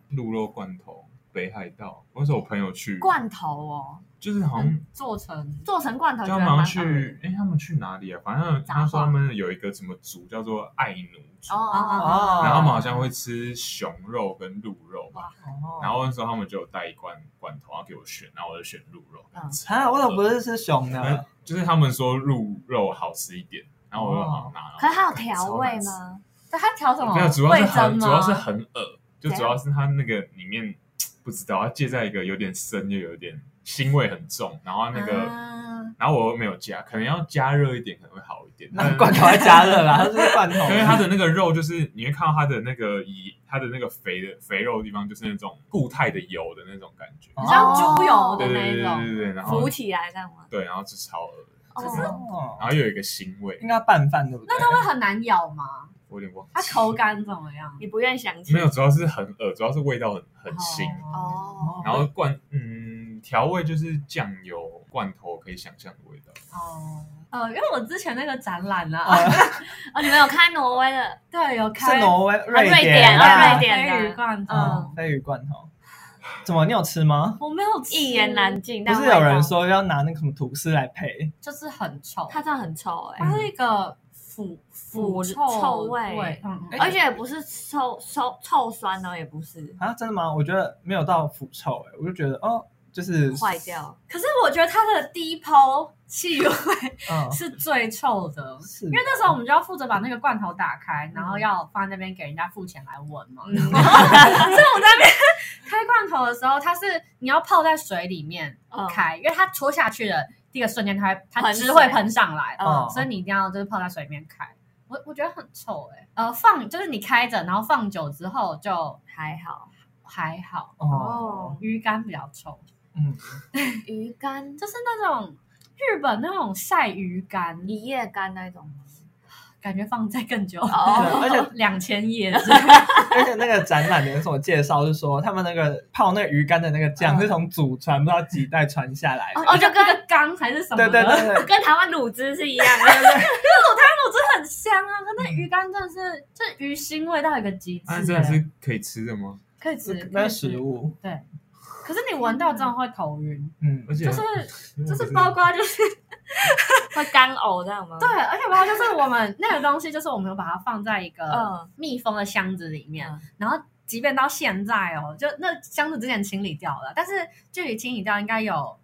Speaker 3: 鹿肉罐头，北海道。那时候我朋友去
Speaker 4: 罐头哦，
Speaker 3: 就是好像
Speaker 1: 做成
Speaker 4: 罐头，
Speaker 3: 他们好像去，他们去哪里啊？反正他说他们有一个什么族叫做爱奴族，
Speaker 4: 哦，
Speaker 3: 然后他们好像会吃熊肉跟鹿肉吧。然后那时候他们就有带一罐罐头，然后给我选，然后我就选鹿肉。
Speaker 2: 我怎么不是吃熊呢？
Speaker 3: 就是他们说鹿肉好吃一点，然后我就好拿。
Speaker 4: 可是它有调味吗？
Speaker 1: 对，它调什么？
Speaker 3: 没有，主要是很恶，就主要是它那个里面不知道，它介在一个有点生又有点腥味很重，然后那个，然后我又没有加，可能要加热一点可能会好一点。
Speaker 2: 那罐头要加热啦，它是罐头，
Speaker 3: 因为它的那个肉就是你会看到它的那个肥肉的地方，就是那种固态的油的那种感觉，
Speaker 1: 像猪油的那种，
Speaker 3: 对，然后
Speaker 4: 浮起来这样吗？
Speaker 3: 对，然后是超恶的，
Speaker 1: 可是
Speaker 3: 然后又有一个腥味，
Speaker 2: 应该拌饭对不对？
Speaker 1: 那它会很难咬吗？
Speaker 3: 我有点忘记。
Speaker 1: 它口感怎么样？
Speaker 4: 你不愿想起？
Speaker 3: 没有，主要是很恶，主要是味道很腥。
Speaker 4: 哦，
Speaker 3: 然后调味就是酱油罐头可以想象的味道。
Speaker 1: 因为我之前那个展览啊，
Speaker 4: 你们有开挪威的？
Speaker 1: 对，有开
Speaker 2: 是挪威、
Speaker 4: 瑞
Speaker 2: 典
Speaker 4: 的
Speaker 1: 鲱鱼罐头，
Speaker 2: 鲱鱼罐头。怎么你有吃吗？
Speaker 1: 我没有吃，
Speaker 4: 一言难尽。
Speaker 2: 不是有人说要拿那个什么吐司来配，
Speaker 1: 就是很臭，
Speaker 4: 它真的很臭
Speaker 1: 它是一个腐
Speaker 4: 臭味，而且也不是臭酸呢，也不是
Speaker 2: 啊，真的吗？我觉得没有到腐臭，我就觉得就是
Speaker 4: 坏掉。
Speaker 1: 可是我觉得它的第一泡气味是最臭的，因为那时候我们就要负责把那个罐头打开，然后要放在那边给人家付钱来闻嘛。所以我们在那边开罐头的时候，它是你要泡在水里面开，因为它戳下去的第一个瞬间，它汁会喷上来，所以你一定要就是泡在水里面开。我觉得很臭放就是你开着，然后放久之后就还好鱼干比较臭。
Speaker 4: 鱼干
Speaker 1: 就是那种日本那种晒鱼干、
Speaker 4: 一夜干那种吗？
Speaker 1: 感觉放在更久，
Speaker 2: 而且
Speaker 1: 2000页。
Speaker 2: 而且那个展览的所介绍是说，他们那个泡那个鱼干的那个酱是从祖传不知道几代传下来的，
Speaker 1: 就跟个缸还是什么的，
Speaker 2: 对，
Speaker 4: 跟台湾卤汁是一样的。
Speaker 1: 台湾卤汁很香啊，可那鱼干真的是，这鱼腥味到一个极致。
Speaker 3: 真的是可以吃的吗？
Speaker 1: 可以吃，
Speaker 2: 那食物
Speaker 1: 对。可是你闻到真的会头晕，
Speaker 3: 而且
Speaker 1: 就是包括就是
Speaker 4: 会干呕这样吗？
Speaker 1: 对，而且包括就是我们那个东西，就是我们有把它放在一个密封的箱子里面，然后即便到现在就那箱子之前清理掉了，但是距离清理掉应该有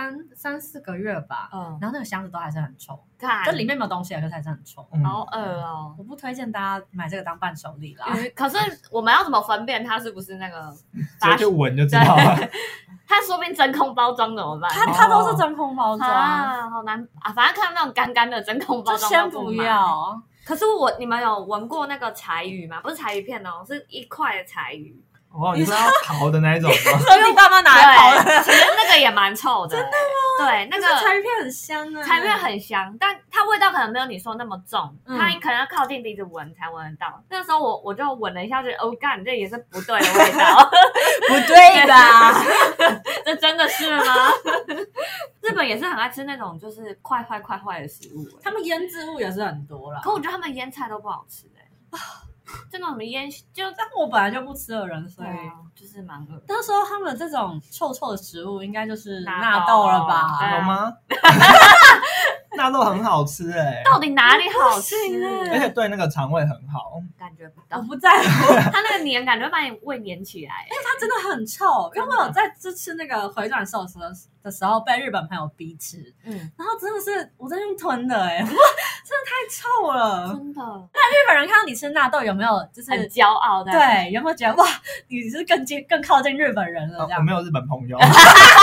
Speaker 1: 3-4个月吧，然后那个箱子都还是很臭，就里面没有东西了，可是还是很臭，
Speaker 4: 好恶哦！
Speaker 1: 我不推荐大家买这个当伴手礼啦。
Speaker 4: 可是我们要怎么分辨它是不是那个？
Speaker 2: 直接就闻就知道了。
Speaker 4: 它说不定真空包装怎么办？
Speaker 1: 它都是真空包装
Speaker 4: 好难啊！反正看到那种干干的真空包装，
Speaker 1: 就先不要。
Speaker 4: 可是你们有闻过那个柴鱼吗？不是柴鱼片是一块的柴鱼。
Speaker 2: 你是要刨的那一种吗？
Speaker 1: 所以你爸妈拿来刨的。
Speaker 4: 其实那个也蛮臭的。真的吗？对，那个
Speaker 1: 柴鱼片很香啊。
Speaker 4: 柴鱼片很香，但它味道可能没有你说那么重，它可能要靠近鼻子闻才闻得到。那时候我就闻了一下，觉得干，这也是不对的味道。
Speaker 1: 不对吧？
Speaker 4: 这真的是吗？日本也是很爱吃那种就是快坏的食物，
Speaker 1: 他们腌制物也是很多啦。
Speaker 4: 可我觉得他们腌菜都不好吃这种什么腌
Speaker 1: 但我本来就不吃的人，所以
Speaker 4: 就是蛮恶。
Speaker 1: 那时候他们这种臭的食物，应该就是纳豆了吧？
Speaker 2: 有吗？纳豆很好吃
Speaker 4: 到底哪里好吃？
Speaker 2: 而且对那个肠胃很好，
Speaker 4: 感觉不到。
Speaker 1: 我不在乎，
Speaker 4: 它那个黏感觉把你胃黏起来，
Speaker 1: 因为它真的很臭。因为我有在吃那个回转寿司的时候被日本朋友逼吃，然后真的是我在用吞的哇，真的太臭了，
Speaker 4: 真的。
Speaker 1: 那日本人看到你吃纳豆有没有就是
Speaker 4: 很骄傲的？
Speaker 1: 对，有没有觉得哇，你是更靠近日本人了？这样
Speaker 2: 我没有日本朋友，
Speaker 1: 好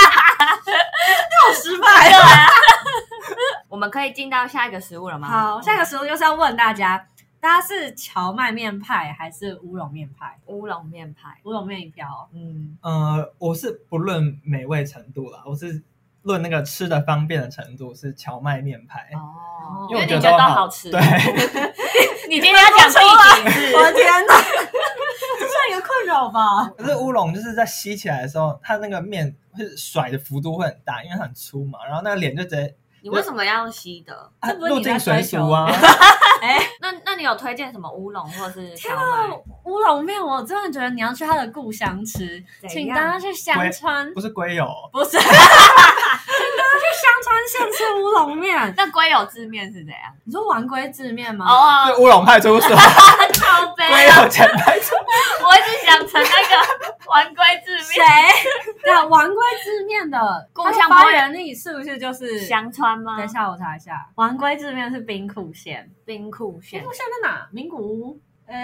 Speaker 1: 失败了。
Speaker 4: 我们可以进到下一个食物了吗？
Speaker 1: 好，下一个食物就是要问大家是荞麦面派还是乌龙面派？
Speaker 4: 乌龙面派，
Speaker 1: 乌龙面一票。
Speaker 2: 我是不论美味程度啦，我是论那个吃的方便的程度是荞麦面派
Speaker 4: 因为你觉得都好吃。
Speaker 2: 对，
Speaker 4: 你今天要讲第几次？
Speaker 1: 我的天哪，这算一个困扰吧？
Speaker 2: 可是乌龙就是在吸起来的时候，它那个面会甩的幅度会很大，因为它很粗嘛，然后那个脸就直接
Speaker 4: 你为什么要用西德？
Speaker 1: 这不是
Speaker 2: 入境
Speaker 1: 你在追求
Speaker 2: 随俗啊。
Speaker 4: 那你有推荐什么乌龙或是
Speaker 1: 天
Speaker 4: 荞
Speaker 1: 啊
Speaker 4: 麦？，
Speaker 1: 乌龙面我真的觉得你要去他的故乡吃，
Speaker 4: 怎样
Speaker 1: 请大家去香川，
Speaker 2: 不是龟友，
Speaker 1: 不是，请大家去香川县吃乌龙面。
Speaker 4: 那龟有字面是怎样？
Speaker 1: 你说丸龟字面吗？
Speaker 4: 哦，
Speaker 2: 是乌龙派出所，
Speaker 4: 靠背
Speaker 2: 龟
Speaker 4: 啊！
Speaker 2: 友前派出所。
Speaker 4: 我一直想成那个丸龟字
Speaker 1: 谁
Speaker 4: 面，？
Speaker 1: 对啊，丸龟字面的
Speaker 4: 故乡
Speaker 1: 它的发源地是不是就是？
Speaker 4: 香川吗？
Speaker 1: 等一下，我查一下，丸龟字面是兵库县。
Speaker 4: 兵库县
Speaker 1: 兵库县在哪？名古屋。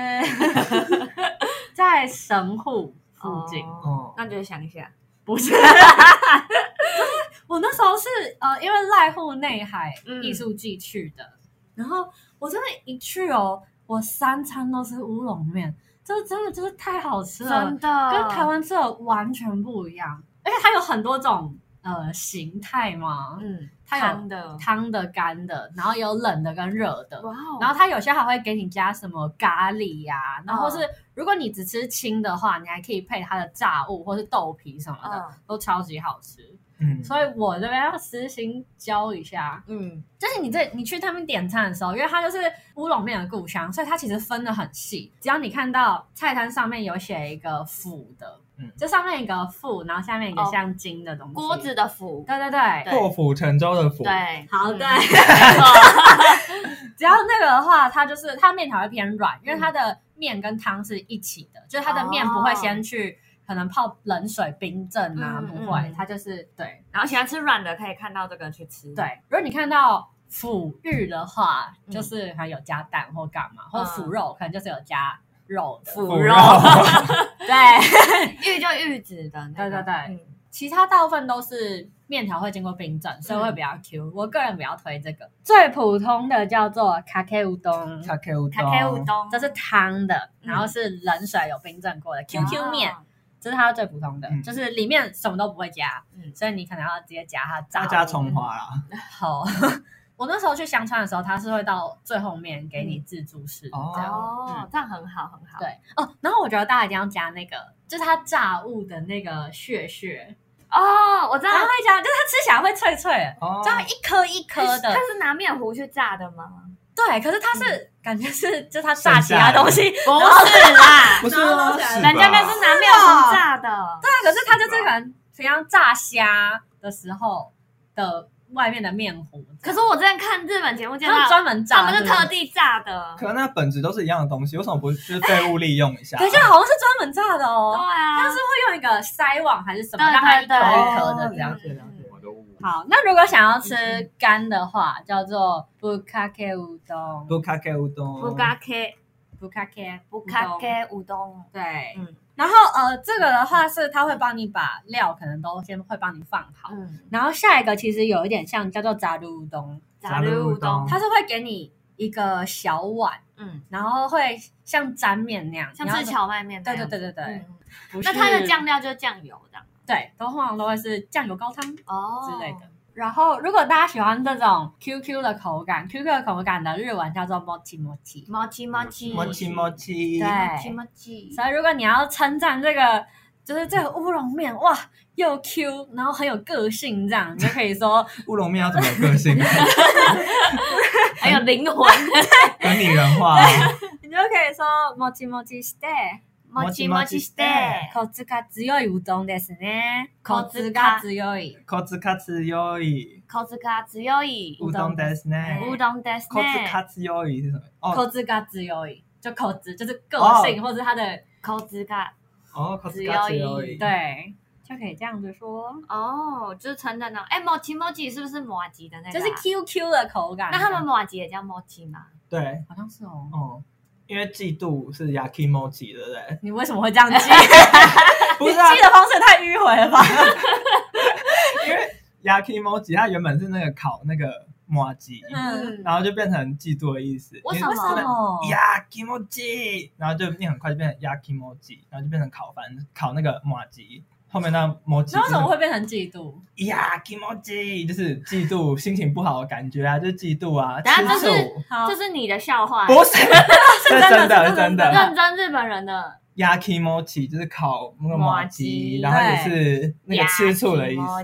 Speaker 1: 在神户附近。
Speaker 2: 哦
Speaker 4: 那就想一下，
Speaker 1: 不是，我那时候是因为濑户内海艺术季去的，然后我真的一去哦，我3餐都是乌龙面，这真的就是太好吃了，
Speaker 4: 真的
Speaker 1: 跟台湾吃的完全不一样，而且它有很多种形态嘛，它有
Speaker 4: 汤的
Speaker 1: 汤的、干的，然后有冷的跟热的，
Speaker 4: 哇哦，
Speaker 1: 然后它有些还会给你加什么咖喱呀、然后或是如果你只吃清的话，你还可以配它的炸物或是豆皮什么的，都超级好吃。所以我这边要私心教一下，就是你去他们点餐的时候，因为它就是乌龙面的故乡，所以它其实分得很细。只要你看到菜单上面有写一个府的，就上面一个府，然后下面一个像金的东西，
Speaker 4: 锅子的釜，
Speaker 1: 对对对，
Speaker 2: 破釜沉舟的釜，
Speaker 4: 对，
Speaker 1: 好对，只要那个的话，它就是它面条会偏软，因为它的面跟汤是一起的，就是它的面不会先去可能泡冷水冰镇啊，不会，它就是对。
Speaker 4: 然后喜欢吃软的可以看到这个去吃，
Speaker 1: 对，如果你看到腐玉的话，就是可能有加蛋或干嘛，或者腐肉可能就是有加肉的，
Speaker 4: 腐肉，
Speaker 1: 对，
Speaker 4: 玉就玉子的，
Speaker 1: 对对对，其他大部分都是面条会经过冰镇，所以会比较 Q。我个人比较推这个，最普通的叫做卡 K 乌冬，
Speaker 2: 卡 K 乌
Speaker 4: 冬，
Speaker 1: 这是汤的，然后是冷水有冰镇过的 QQ 面。这是它最普通的，就是里面什么都不会加，所以你可能要直接加它炸，
Speaker 2: 加葱花啦。
Speaker 1: 好，我那时候去香川的时候，它是会到最后面给你自助式，这样
Speaker 4: 这样很好很好。
Speaker 1: 对哦，然后我觉得大家一定要加那个，就是它炸物的那个屑
Speaker 4: 哦，我知道，
Speaker 1: 它会加，就是它吃起来会脆脆的，这样一颗一颗的。
Speaker 4: 它是拿面糊去炸的吗？
Speaker 1: 对，可是它是感觉是，就它炸其他东西，
Speaker 4: 不是啦，
Speaker 2: 不是
Speaker 4: 人家那是拿面糊炸的。
Speaker 1: 对，可是它就是可能像炸虾的时候的外面的面糊。
Speaker 4: 可是我之前看日本节目，
Speaker 1: 他们专门炸，
Speaker 4: 他们是特地炸的。
Speaker 2: 可那本质都是一样的东西，为什么不就是废物利用一下？
Speaker 1: 等一下，好像是专门炸的哦。
Speaker 4: 对啊，
Speaker 1: 它是会用一个筛网还是什么，让它一颗一颗的这样。好，那如果想要吃干的话，叫做布卡 K 乌冬，
Speaker 2: 布卡 K 乌冬，
Speaker 4: 布卡 K 乌冬，
Speaker 1: 对，然后这个的话是它会帮你把料可能都先会帮你放好，然后下一个其实有一点像叫做炸卤乌冬，
Speaker 2: 炸卤乌冬，
Speaker 1: 它是会给你一个小碗，然后会像沾面那样，
Speaker 4: 像是荞麦面那样，
Speaker 1: 对，
Speaker 4: 那它的酱料就是酱油的。
Speaker 1: 对，通常都会是酱油高汤之类的。然后，如果大家喜欢这种 QQ 的口感，QQ 的口感的日文叫做 mochi mochi，
Speaker 4: 对，
Speaker 1: 所以如果你要称赞这个，就是这个乌龙面，哇，又 Q， 然后很有个性，这样你就可以说
Speaker 2: 乌龙面要怎么有个性？
Speaker 4: 很有灵魂，
Speaker 2: 很拟人化。
Speaker 1: 你就可以说 mochi mochi stay。
Speaker 4: もちもちして
Speaker 1: コツが強いうどんですね。コツが強い。
Speaker 2: コツが強い。
Speaker 4: コツが強い。
Speaker 2: うどんですね。
Speaker 4: うどんですね。
Speaker 2: コツが強い是什么？
Speaker 1: コツが強い，就口子就是个性，或者他的
Speaker 4: 口子が
Speaker 2: 口子が強い。
Speaker 1: 对，就可以这样子说。
Speaker 4: 哦，就是称赞的。哎，もちもち是不是麻糬的那个？
Speaker 1: 就是 QQ 的口感。
Speaker 4: 那他们麻糬也叫もち吗？
Speaker 2: 对，
Speaker 1: 好像是哦。
Speaker 2: 因为嫉妒是 yakimochi， 对不对？
Speaker 1: 你为什么会这样记？
Speaker 2: 不是啊，
Speaker 1: 记的方式也太迂回了吧？
Speaker 2: 因为 yakimochi 它原本是那个烤那个麻糬，然后就变成嫉妒的意思。
Speaker 4: 为什么
Speaker 2: ？yakimochi， 然后就念很快就变成 yakimochi， 然后就变成烤那个麻糬。后面那摩羯，
Speaker 1: 那为什么会变成嫉妒
Speaker 2: 呀？Kimoji 就是嫉妒，心情不好的感觉啊，就是嫉妒啊。
Speaker 4: 等下这是你的笑话，
Speaker 2: 不是，是真的，真的。
Speaker 4: 认真日本人的
Speaker 2: Yakimochi 就是烤那个麻糬，然后也是那个吃醋的意思。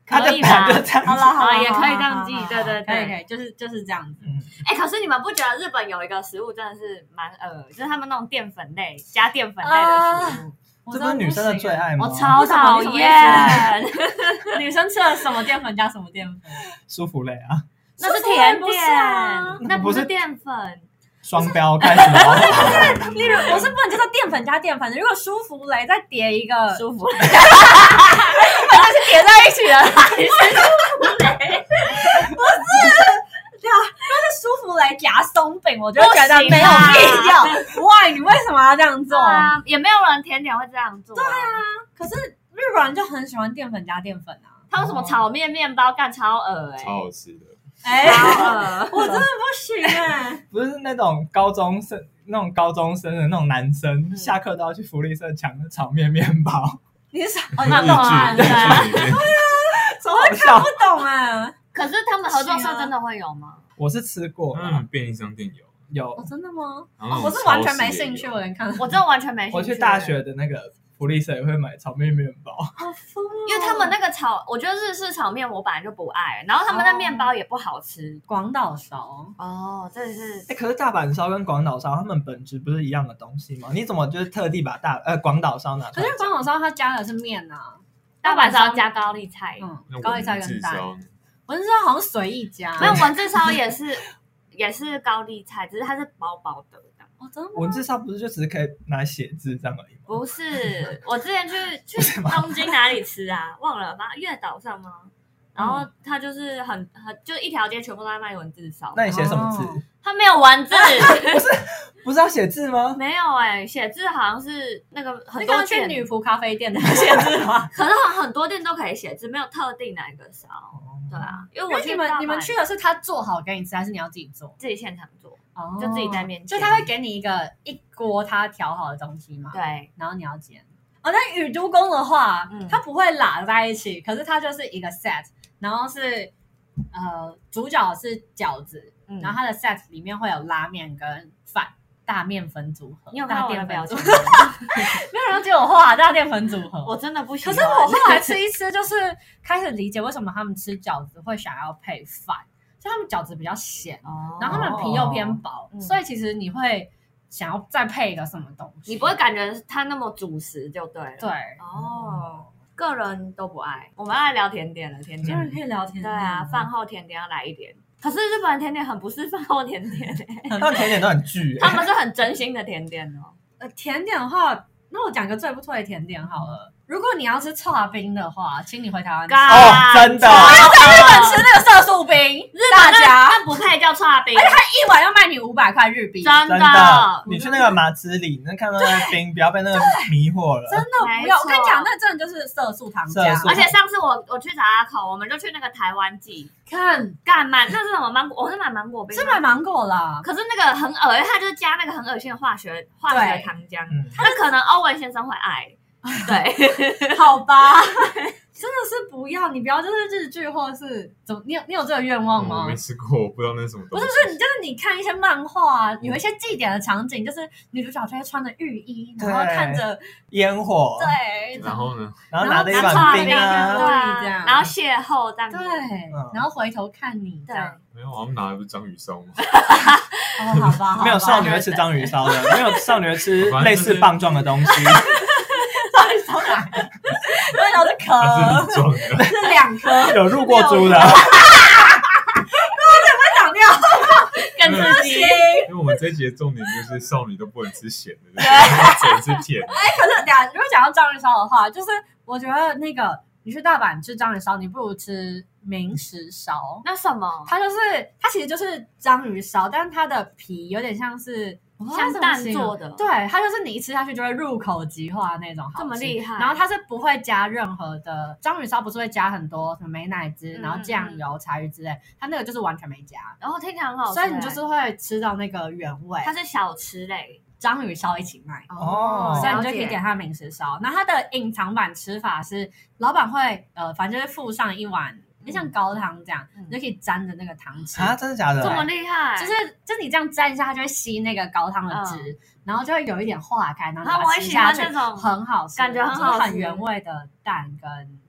Speaker 4: 可以吧？
Speaker 1: 好了好了，
Speaker 4: 也可以这样记，对对对，
Speaker 1: 可以，就是这样子。
Speaker 4: 可是你们不觉得日本有一个食物真的是蛮就是他们那种淀粉类加淀粉类的食物，
Speaker 2: 这不是女生的最爱吗？
Speaker 4: 我超讨厌，
Speaker 1: 女生吃了什么淀粉加什么淀粉？
Speaker 2: 舒芙蕾啊，
Speaker 4: 那是甜点，那不是淀粉。
Speaker 2: 双标干什么？
Speaker 1: 例如，我是不能接受淀粉加淀粉的。如果舒芙蕾再叠一个
Speaker 4: 舒芙蕾，
Speaker 1: 那是叠在一起的啦。舒芙蕾不是，对啊，如果是舒芙蕾夹松饼，我就觉得没有必要。Why？ 你为什么要这样做？
Speaker 4: 也没有人甜点会这样做。
Speaker 1: 对啊，可是日本人就很喜欢淀粉加淀粉啊。
Speaker 4: 他们什么炒面面包干超恶
Speaker 3: 超好吃的。
Speaker 1: 我真的不行
Speaker 2: 不是那种高中生的那种男生，下课都要去福利社抢的炒面面包。
Speaker 1: 你是
Speaker 4: 那懂啊？对啊，
Speaker 2: 超好笑，
Speaker 1: 不懂啊。
Speaker 4: 可是他们合作社真的会有吗？
Speaker 2: 我是吃过，
Speaker 3: 便利商店
Speaker 2: 有。
Speaker 1: 真的吗？我是完全没兴趣，我连看。
Speaker 4: 我真的完全没兴趣。
Speaker 2: 我去大学的那个福利社也会买炒面面包，
Speaker 1: 好疯哦！
Speaker 4: 因为他们那个我觉得日式炒面我本来就不爱，然后他们的面包也不好吃。
Speaker 1: 广岛烧
Speaker 4: 这是
Speaker 2: 可是大阪烧跟广岛烧他们本质不是一样的东西吗？你怎么就是特地把广岛烧拿出来？
Speaker 1: 可是广岛烧它加的是面啊，
Speaker 4: 大阪烧加高丽菜，
Speaker 1: 高丽菜跟蛋。文字烧好像随意加，
Speaker 4: 没有文字烧也是高丽菜，只是它是薄薄的。
Speaker 1: 真的吗？
Speaker 2: 文字烧不是就只是可以拿来写字这样而已吗？
Speaker 4: 不是，我之前去东京哪里吃啊？忘了吧？月岛上吗？然后它就是就一条街全部都在卖文字烧。
Speaker 2: 那你写什么字？
Speaker 4: 它没有文字，
Speaker 2: 不是要写字吗？
Speaker 4: 没有写字好像是那个很多
Speaker 1: 店女仆咖啡店的写字吗？
Speaker 4: 可是很多店都可以写字，没有特定哪一个烧。对啊，因为
Speaker 1: 你们去的是他做好给你吃，还是你要自己做？
Speaker 4: 自己现场做，就自己在面
Speaker 1: 前。就他会给你一锅他调好的东西嘛？
Speaker 4: 对，
Speaker 1: 然后你要煎。那宇都宫的话，它不会拉在一起，可是它就是一个 set， 然后是主角是饺子，然后它的 set 里面会有拉面跟饭。大面粉组合，
Speaker 4: 你有看到我的表情？
Speaker 1: 没有人接我话，大淀粉组合，
Speaker 4: 我真的不喜欢。
Speaker 1: 可是我后来吃一吃，就是开始理解为什么他们吃饺子会想要配饭，就他们饺子比较咸，然后他们皮又偏薄，所以其实你会想要再配一个什么东西，
Speaker 4: 你不会感觉它那么主食就对了。
Speaker 1: 对，
Speaker 4: 个人都不爱。我们要来聊甜点了，甜点
Speaker 1: 可以聊甜点，
Speaker 4: 对啊，饭后甜点要来一点。可是日本的甜点很不是饭后甜点
Speaker 2: 他们甜点都很巨
Speaker 4: 他们是很真心的甜点哦。
Speaker 1: 甜点的话，那我讲个最不推的甜点好了。如果你要吃剉冰的话，请你回台湾吃。
Speaker 2: 真的，
Speaker 1: 不要在日本吃那个色素冰，大家
Speaker 4: 那不配叫剉冰，
Speaker 1: 而且它一碗要卖你500块日币，
Speaker 4: 真
Speaker 2: 的。你去那个马兹里，那看到那个冰，不要被那个迷惑了，
Speaker 1: 真的不要。我跟你讲，那真的就是色素糖浆。
Speaker 4: 而且上次我去查口，我们就去那个台湾记，干嘛？那是什么芒果？我是买芒果冰，
Speaker 1: 是买芒果啦。
Speaker 4: 可是那个很恶，因为它就是加那个很恶心的化学糖浆，那可能欧文先生会爱。对，
Speaker 1: 好吧，真的是不要，你不要就是日剧或者是怎么，你有这个愿望吗？
Speaker 3: 我没吃过，我不知道那是什么东西。
Speaker 1: 不是，就是你看一些漫画，有一些祭典的场景，就是女主角就会穿着浴衣，然后看着
Speaker 2: 烟火，
Speaker 1: 对，
Speaker 3: 然后呢，
Speaker 2: 然后拿着一碗冰啊，
Speaker 4: 这样，然后邂逅这样，
Speaker 1: 对，然后回头看你，这样。
Speaker 3: 没有，我们拿的不是章鱼烧吗？
Speaker 1: 好吧，
Speaker 2: 没有少女会吃章鱼烧的，没有少女会吃类似棒状的东西。
Speaker 1: 章鱼烧哪？章鱼烧是壳，是2颗，
Speaker 2: 有入过猪的。
Speaker 1: 长掉，
Speaker 4: 更刺激。
Speaker 3: 因为我们这一集的重点就是少女都不能吃咸的，只能吃甜的。
Speaker 1: 可是如果讲到章鱼烧的话，就是我觉得那个你去大阪吃章鱼烧，你不如吃明石烧。
Speaker 4: 那什么？
Speaker 1: 它其实就是章鱼烧，但是它的皮有点像是
Speaker 4: 像蛋做的，
Speaker 1: 对，它就是你一吃下去就会入口即化那种好吃，
Speaker 4: 这么厉害。
Speaker 1: 然后它是不会加任何的章鱼烧，不是会加很多什么美乃滋，然后酱油、柴鱼之类，它那个就是完全没加，
Speaker 4: 然后听起来很好吃，
Speaker 1: 所以你就是会吃到那个原味。
Speaker 4: 它是小吃类，
Speaker 1: 章鱼烧一起卖所以你就可以点它的明石烧。那它的隐藏版吃法是，老板会反正就是附上一碗。就像高汤这样，你就可以沾着那个汤吃
Speaker 2: 啊！真的假的？
Speaker 4: 这么厉害？
Speaker 1: 就是你这样沾一下，它就会吸那个高汤的汁，然后就会有一点化开，然后
Speaker 4: 我很喜欢那种
Speaker 1: 很好吃，
Speaker 4: 感觉很好吃，
Speaker 1: 很原味的蛋跟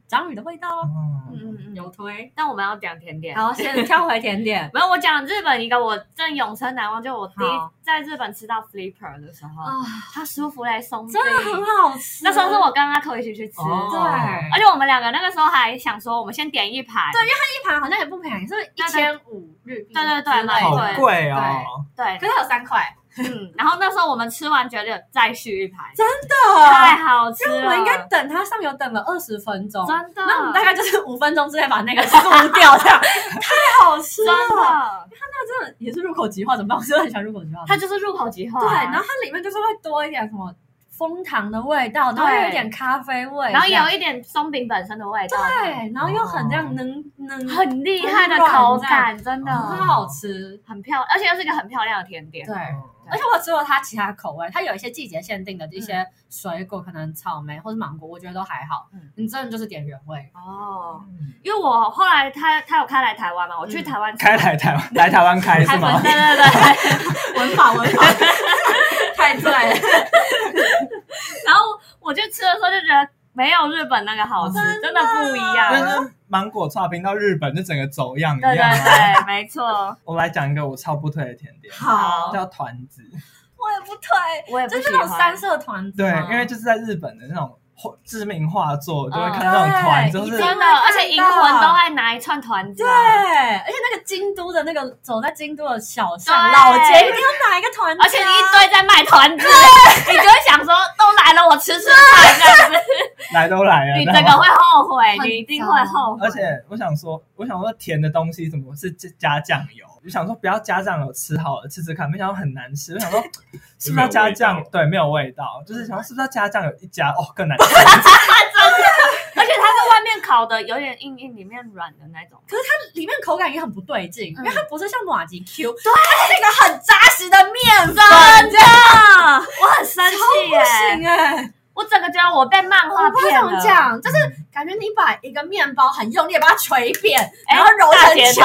Speaker 1: 章鱼的味道哦。
Speaker 4: 有
Speaker 1: 推。
Speaker 4: 但我们要讲甜点。
Speaker 1: 好，先跳回甜点。
Speaker 4: 没有，我讲日本一个我真永生难忘，就我第一在日本吃到 Flipper 的时候，它舒芙蕾松饼
Speaker 1: 真的很好吃。
Speaker 4: 那时候是我跟阿扣一起去吃，
Speaker 1: 对，
Speaker 4: 而且我们两个那个时候还想说，我们先点一盘，
Speaker 1: 对，因为它一盘好像也不便宜，是1500日币，
Speaker 4: 对，
Speaker 2: 好贵哦。
Speaker 4: 对，
Speaker 1: 可是它有3块。
Speaker 4: 然后那时候我们吃完觉得再续一盘，
Speaker 1: 真的
Speaker 4: 太好吃了。
Speaker 1: 我应该等它上油等了20分钟，
Speaker 4: 真的。
Speaker 1: 那我们大概就是5分钟之内把那个输掉，这样太好吃了。
Speaker 4: 真的，
Speaker 1: 它那个真的也是入口即化，怎么办？我真的很喜欢入口即化。
Speaker 4: 它就是入口即化，
Speaker 1: 对，然后它里面就是会多一点什么枫糖的味道，然后有一点咖啡味，
Speaker 4: 然后也有一点松饼本身的味道，
Speaker 1: 对，然后又很这样嫩，
Speaker 4: 很厉害的口感，真的
Speaker 1: 很好吃，
Speaker 4: 很漂亮，而且又是一个很漂亮的甜点。
Speaker 1: 对。而且我吃过它其他口味，它有一些季节限定的一些水果，可能草莓或是芒果，我觉得都还好。你真的就是点原味
Speaker 4: 哦。因为我后来他有开来台湾嘛，我去台湾
Speaker 2: 开来台湾开是吗？
Speaker 4: 对，
Speaker 1: 文法太对了。
Speaker 4: 然后我去吃的时候就觉得没有日本那个好吃，真的不一样。
Speaker 2: 但是芒果刨冰到日本就整个走样一样。
Speaker 4: 对，没错。
Speaker 2: 我来讲一个我超不推的甜点，
Speaker 1: 好，
Speaker 2: 叫团子。
Speaker 1: 我也不推，
Speaker 4: 我也不喜欢。
Speaker 1: 就是那种3色团子。
Speaker 2: 对，因为就是在日本的那种知名画作，就会看到那种团，就是
Speaker 4: 真的，而且银魂都爱拿一串团子。
Speaker 1: 对，而且那个京都的那个走在京都的小巷老街，一定要拿一个团子，
Speaker 4: 而且一堆在卖团子，你就会想说，都来了，我吃看这样子。
Speaker 2: 来都来了，
Speaker 4: 你整个会后悔，你一定会后悔。
Speaker 2: 而且我想说甜的东西怎么是加酱油？我想说不要加酱油吃好了，吃吃看，没想到很难吃。我想说是不是要加酱？对，没有味道，就是想说是不是要加酱油？一加更难吃。
Speaker 4: 真的，而且它是外面烤的有点硬，里面软的那种。
Speaker 1: 可是它里面口感也很不对劲，因为它不是像麻糬 Q，对，它是一个很扎实的面粉。
Speaker 4: 真的，我很生气耶！
Speaker 1: 不行哎。
Speaker 4: 我整个觉得我被漫画骗了。
Speaker 1: 讲，就是感觉你把一个面包很用力的把它捶扁，然后揉成球。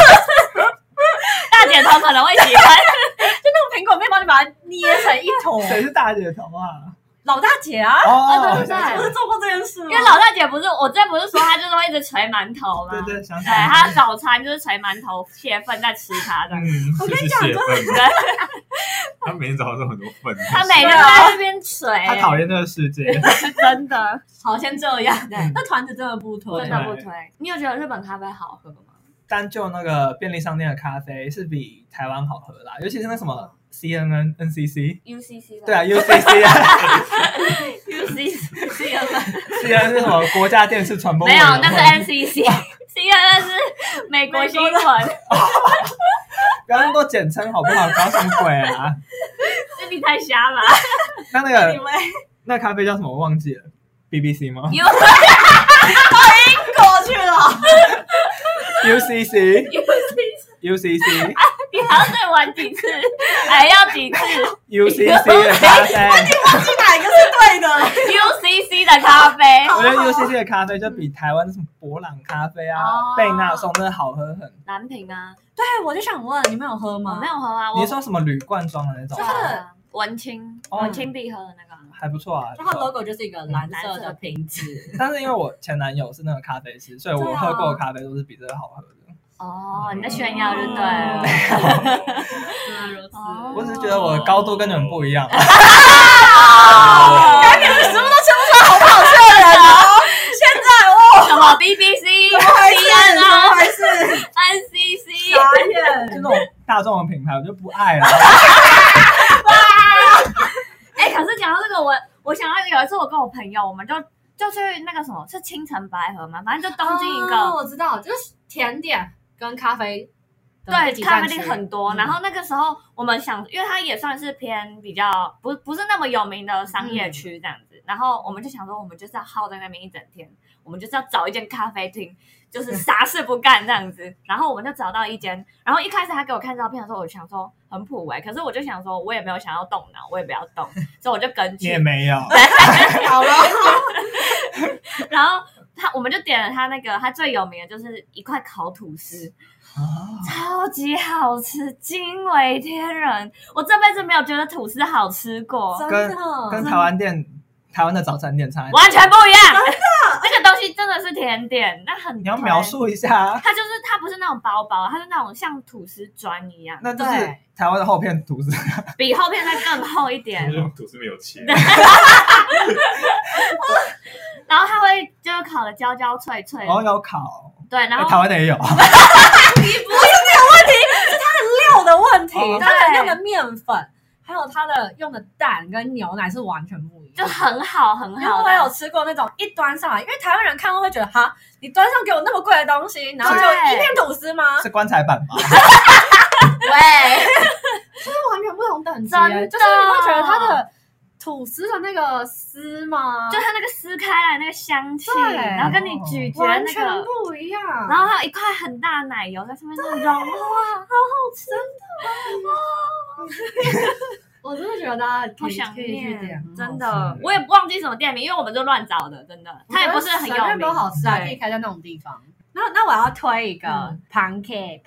Speaker 4: 大姐头可能会喜欢，
Speaker 1: 就那种苹果面包，你把它捏成一坨。
Speaker 2: 谁是大姐头啊？
Speaker 1: 老大姐啊！
Speaker 4: 对，
Speaker 1: 我是做过这件事。因
Speaker 4: 为老大姐不是我之前不是说她就是会一直捶馒头吗？
Speaker 2: 对，想起
Speaker 4: 来。她早餐就是捶馒头泄愤再吃它的。
Speaker 1: 我跟你讲，真的。
Speaker 3: 他每天早上都很多粪。
Speaker 4: 他每天都在那边捶。
Speaker 2: 他讨厌这个世界。
Speaker 4: 真的。
Speaker 1: 好，先这样。那团子真的不推，
Speaker 4: 真的不推。你有觉得日本咖啡好喝吗？
Speaker 2: 单就那个便利商店的咖啡是比台湾好喝啦，尤其是那什么 CNN、NCC、
Speaker 4: UCC
Speaker 2: 对啊 UCC 啊
Speaker 4: ，CNN
Speaker 2: 是什么国家电视传播委
Speaker 4: 没有，
Speaker 2: 员会？
Speaker 4: 那是 NCC，CNN 是美国新闻。
Speaker 2: 不要那么多简称好不好？搞什么鬼啊？
Speaker 4: 这你太瞎了。
Speaker 2: 那咖啡叫什么？我忘记了 ，BBC 吗？
Speaker 1: 已经过去了。
Speaker 2: UCC，
Speaker 4: 你还要再玩几次？还要几次
Speaker 2: ？UCC 的咖啡，
Speaker 1: 你忘记哪一个是对的
Speaker 4: ？UCC 的咖啡，
Speaker 2: 我觉得 UCC 的咖啡就比台湾什么伯朗咖啡啊、贝纳颂真的好喝很。
Speaker 4: 蓝瓶啊，
Speaker 1: 对，我就想问，你们有喝吗？
Speaker 4: 我没有喝啊。
Speaker 2: 你说什么铝罐装的那种？
Speaker 1: 就是
Speaker 4: 文青必喝的那个，
Speaker 2: 还不错啊。
Speaker 1: 它 logo 就是一个蓝色的瓶子，
Speaker 2: 但是因为我前男友是那个咖啡师，所以我喝过的咖啡都是比这个好喝的。
Speaker 4: 哦，你在炫耀就对了。
Speaker 1: 原来如此。
Speaker 2: 我只是觉得我的高度跟你们不一样。
Speaker 1: 感觉你什么都吃不出来，好不好吃的人哦。现在
Speaker 4: 什么 BBC、CNN 啊，
Speaker 1: 还是
Speaker 4: NCC，
Speaker 2: 就那种大众的品牌，我就不爱了。
Speaker 4: 可是讲到这个，我想到有一次我跟我朋友，我们就去那个什么，是清晨白河嘛，反正就东京一个，
Speaker 1: 我知道，就是甜点跟咖啡。
Speaker 4: 对，咖啡厅很多。然后那个时候我们想，因为它也算是偏比较不是那么有名的商业区这样子，然后我们就想说，我们就是要耗在那边一整天，我们就是要找一间咖啡厅，就是啥事不干这样子。然后我们就找到一间，然后一开始他给我看照片的时候，我就想说很普可是我就想说，我也没有想要动脑，我也不要动，所以我就跟去。
Speaker 2: 你也没有。
Speaker 1: 好了。
Speaker 4: 然后我们就点了他最有名的就是一块烤吐司。超级好吃，惊为天人！我这辈子没有觉得吐司好吃过，
Speaker 2: 跟台湾的早餐店差，
Speaker 4: 完全不一样。真的，那个东西真的是甜点，那很
Speaker 2: 你要描述一下，
Speaker 4: 它不是那种薄薄，它是那种像吐司砖一样，
Speaker 2: 那就是台湾的厚片吐司，
Speaker 4: 比厚片再更厚一点。
Speaker 3: 吐司没有切，
Speaker 4: 然后它会就是烤的焦焦脆脆，
Speaker 2: 然后有烤，
Speaker 4: 对，然后
Speaker 2: 台湾的也有，
Speaker 1: 不是没有问题，是它的料的问题，它的用的面粉，还有它的用的蛋跟牛奶是完全不一样，
Speaker 4: 就很好很好。
Speaker 1: 因为我有吃过那种一端上来，因为台湾人看到会觉得哈，你端上给我那么贵的东西，然后就一片吐司吗？
Speaker 2: 是棺材板吧？
Speaker 1: 喂，就是完全不同等级，就是你会觉得它的吐司的那个丝吗？
Speaker 4: 就它那个撕开来那个香气，然后跟你咀嚼
Speaker 1: 完
Speaker 4: 那个
Speaker 1: 全不一样，
Speaker 4: 然后还有一块很大的奶油在上面那种融化，好好吃，
Speaker 1: 我真的觉得大家
Speaker 4: 好想
Speaker 1: 可以去
Speaker 4: 念
Speaker 1: 点，
Speaker 4: 真的，我也忘记什么店名，因为我们就乱找的，真的，它也不是很有名，
Speaker 1: 都好吃啊，可以开在那种地方。那我要推一个 pancake，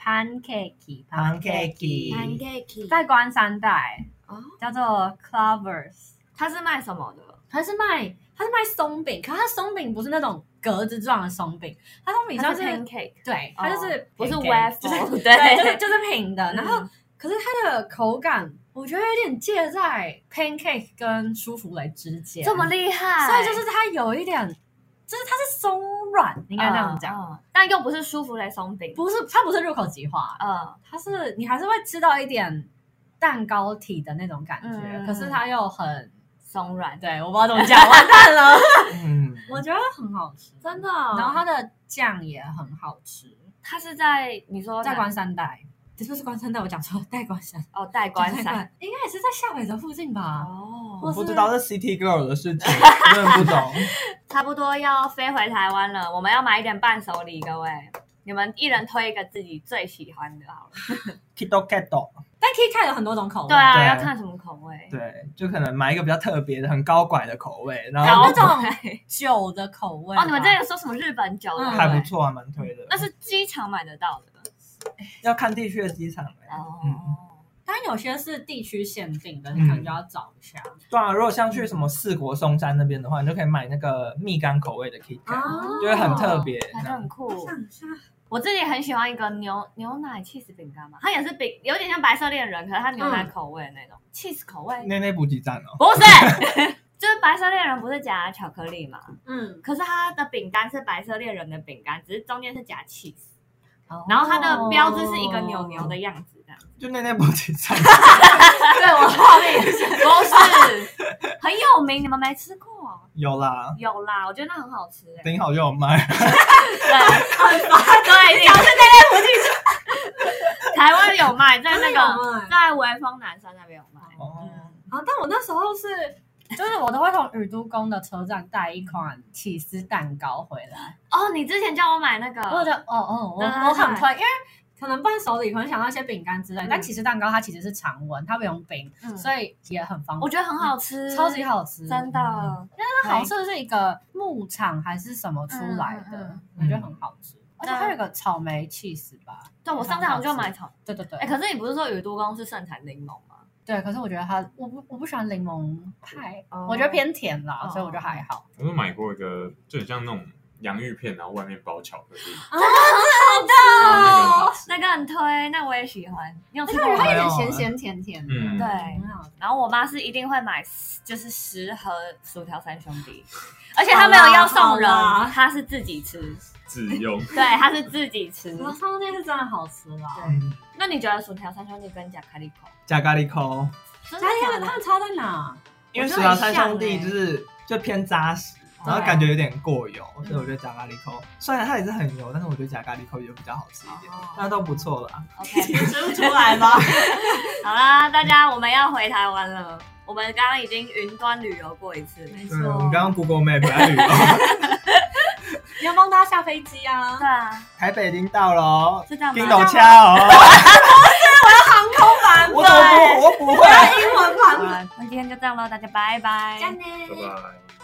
Speaker 1: 在关山带叫做 Clovers，
Speaker 4: 它是卖什么的？
Speaker 1: 它是卖松饼，可它松饼不是那种格子状的松饼，它松饼像是
Speaker 4: pancake，
Speaker 1: 对，它就是
Speaker 4: 不是
Speaker 1: waffle，
Speaker 4: 对，
Speaker 1: 就是平的，然后可是它的口感我觉得有点介在 pancake 跟舒芙蕾之间，
Speaker 4: 这么厉害，
Speaker 1: 所以就是它有一点，就是它是松软，应该这样讲，
Speaker 4: 但又不是舒芙蕾松饼，
Speaker 1: 不是，它不是入口即化，它是你还是会吃到一点蛋糕体的那种感觉，可是它又很
Speaker 4: 松软，
Speaker 1: 对，我不知道怎么讲，完蛋了。我觉得很好吃，
Speaker 4: 真的。
Speaker 1: 然后它的酱也很好吃。
Speaker 4: 它是在你说
Speaker 1: 在关山带，这不是关山带，我讲错了，代关山。
Speaker 4: 哦，代关山
Speaker 1: 应该也是在下北泽附近吧？
Speaker 2: 哦，我不知道是 City Girl 的事情，真的不懂。
Speaker 4: 差不多要飞回台湾了，我们要买一点伴手礼，各位。你们一人推一个自己最喜欢的好了。
Speaker 2: Kito Kato，
Speaker 1: 但 KitKat 有很多种口味。
Speaker 4: 对啊，要看什么口味。
Speaker 2: 对，就可能买一个比较特别的、很高拐的口味，然
Speaker 1: 后那种酒的口味。
Speaker 4: 哦，你们这个说什么日本酒的？
Speaker 2: 还不错，还蛮推的。
Speaker 4: 那是机场买得到的。
Speaker 2: 要看地区的机场。
Speaker 1: 但有些是地区限定的，你可能就要找一下。
Speaker 2: 对啊，如果像去什么四国松山那边的话，你就可以买那个蜜柑口味的 KitKat，就会很特别，
Speaker 4: 还是很酷。我自己很喜欢一个牛奶 cheese 饼干嘛，它也是饼，有点像白色恋人，可是它牛奶口味的那种 cheese 口味。
Speaker 2: 内补给站哦，
Speaker 4: 不是，就是白色恋人不是夹巧克力嘛？可是它的饼干是白色恋人的饼干，只是中间是夹 cheese。然后它的标志是一个牛的样子，这样
Speaker 2: 就内补给站。
Speaker 1: 对，我画面也是，
Speaker 4: 不是很有名，你们没吃过？
Speaker 2: 有啦，
Speaker 4: 我觉得那很好吃。
Speaker 2: 顶好就有卖。
Speaker 4: 对，讲是内补给站，台湾有卖，在那个在微风南山那边有卖。
Speaker 1: 但我那时候就是我都会从宇都宫的车站带一款起司蛋糕回来。
Speaker 4: 哦，你之前叫我买那个，
Speaker 1: 我很推，因为可能伴手礼可能想到一些饼干之类，但起司蛋糕它其实是常温，它不用冰，所以也很方便。
Speaker 4: 我觉得很好吃，
Speaker 1: 超级好吃，
Speaker 4: 真的。
Speaker 1: 因为它好吃的是一个牧场还是什么出来的，我觉得很好吃。而且还有一个草莓起司吧，
Speaker 4: 对，我上次好像就买草，
Speaker 1: 对。
Speaker 4: 可是你不是说宇都宫是盛产柠檬吗？
Speaker 1: 对，可是我觉得我不喜欢柠檬派，我觉得偏甜啦，所以我觉得还好。
Speaker 3: 我有买过一个，就很像那种洋芋片，然后外面包巧克力，
Speaker 4: 真的很好的，那个很推，那我也喜欢。你有吃过吗？
Speaker 1: 它有点咸咸甜甜的，
Speaker 4: 对。然后我妈是一定会买，就是10盒薯条三兄弟，而且她没有要送人，她是自己吃。
Speaker 3: 自用，
Speaker 4: 对，它是自己吃。
Speaker 1: 薯条三兄弟是真的好吃啦。
Speaker 4: 那你觉得薯条三兄弟跟假咖喱口？
Speaker 2: 假咖喱口，
Speaker 1: 他们差在哪？
Speaker 2: 因为薯条三兄弟就偏扎实，然后感觉有点过油，所以我觉得假咖喱口虽然它也是很油，但是我觉得假咖喱口也比较好吃一点，那都不错啦。
Speaker 4: OK，
Speaker 1: 吃不出来吗？
Speaker 4: 好啦，大家我们要回台湾了。我们刚刚已经云端旅游过一次，
Speaker 1: 没错。
Speaker 2: 我们刚刚 Google Map 来旅游。
Speaker 1: 你要帮大家下飞机啊？
Speaker 4: 对啊，
Speaker 2: 台北已经到了哦，
Speaker 4: 是这样吗？
Speaker 2: 听懂掐哦。
Speaker 1: 我要航空版本，
Speaker 2: 我不会，
Speaker 1: 我要英文版本。
Speaker 4: 那今天就这样咯，大家拜拜。
Speaker 1: 再见。
Speaker 3: 拜拜。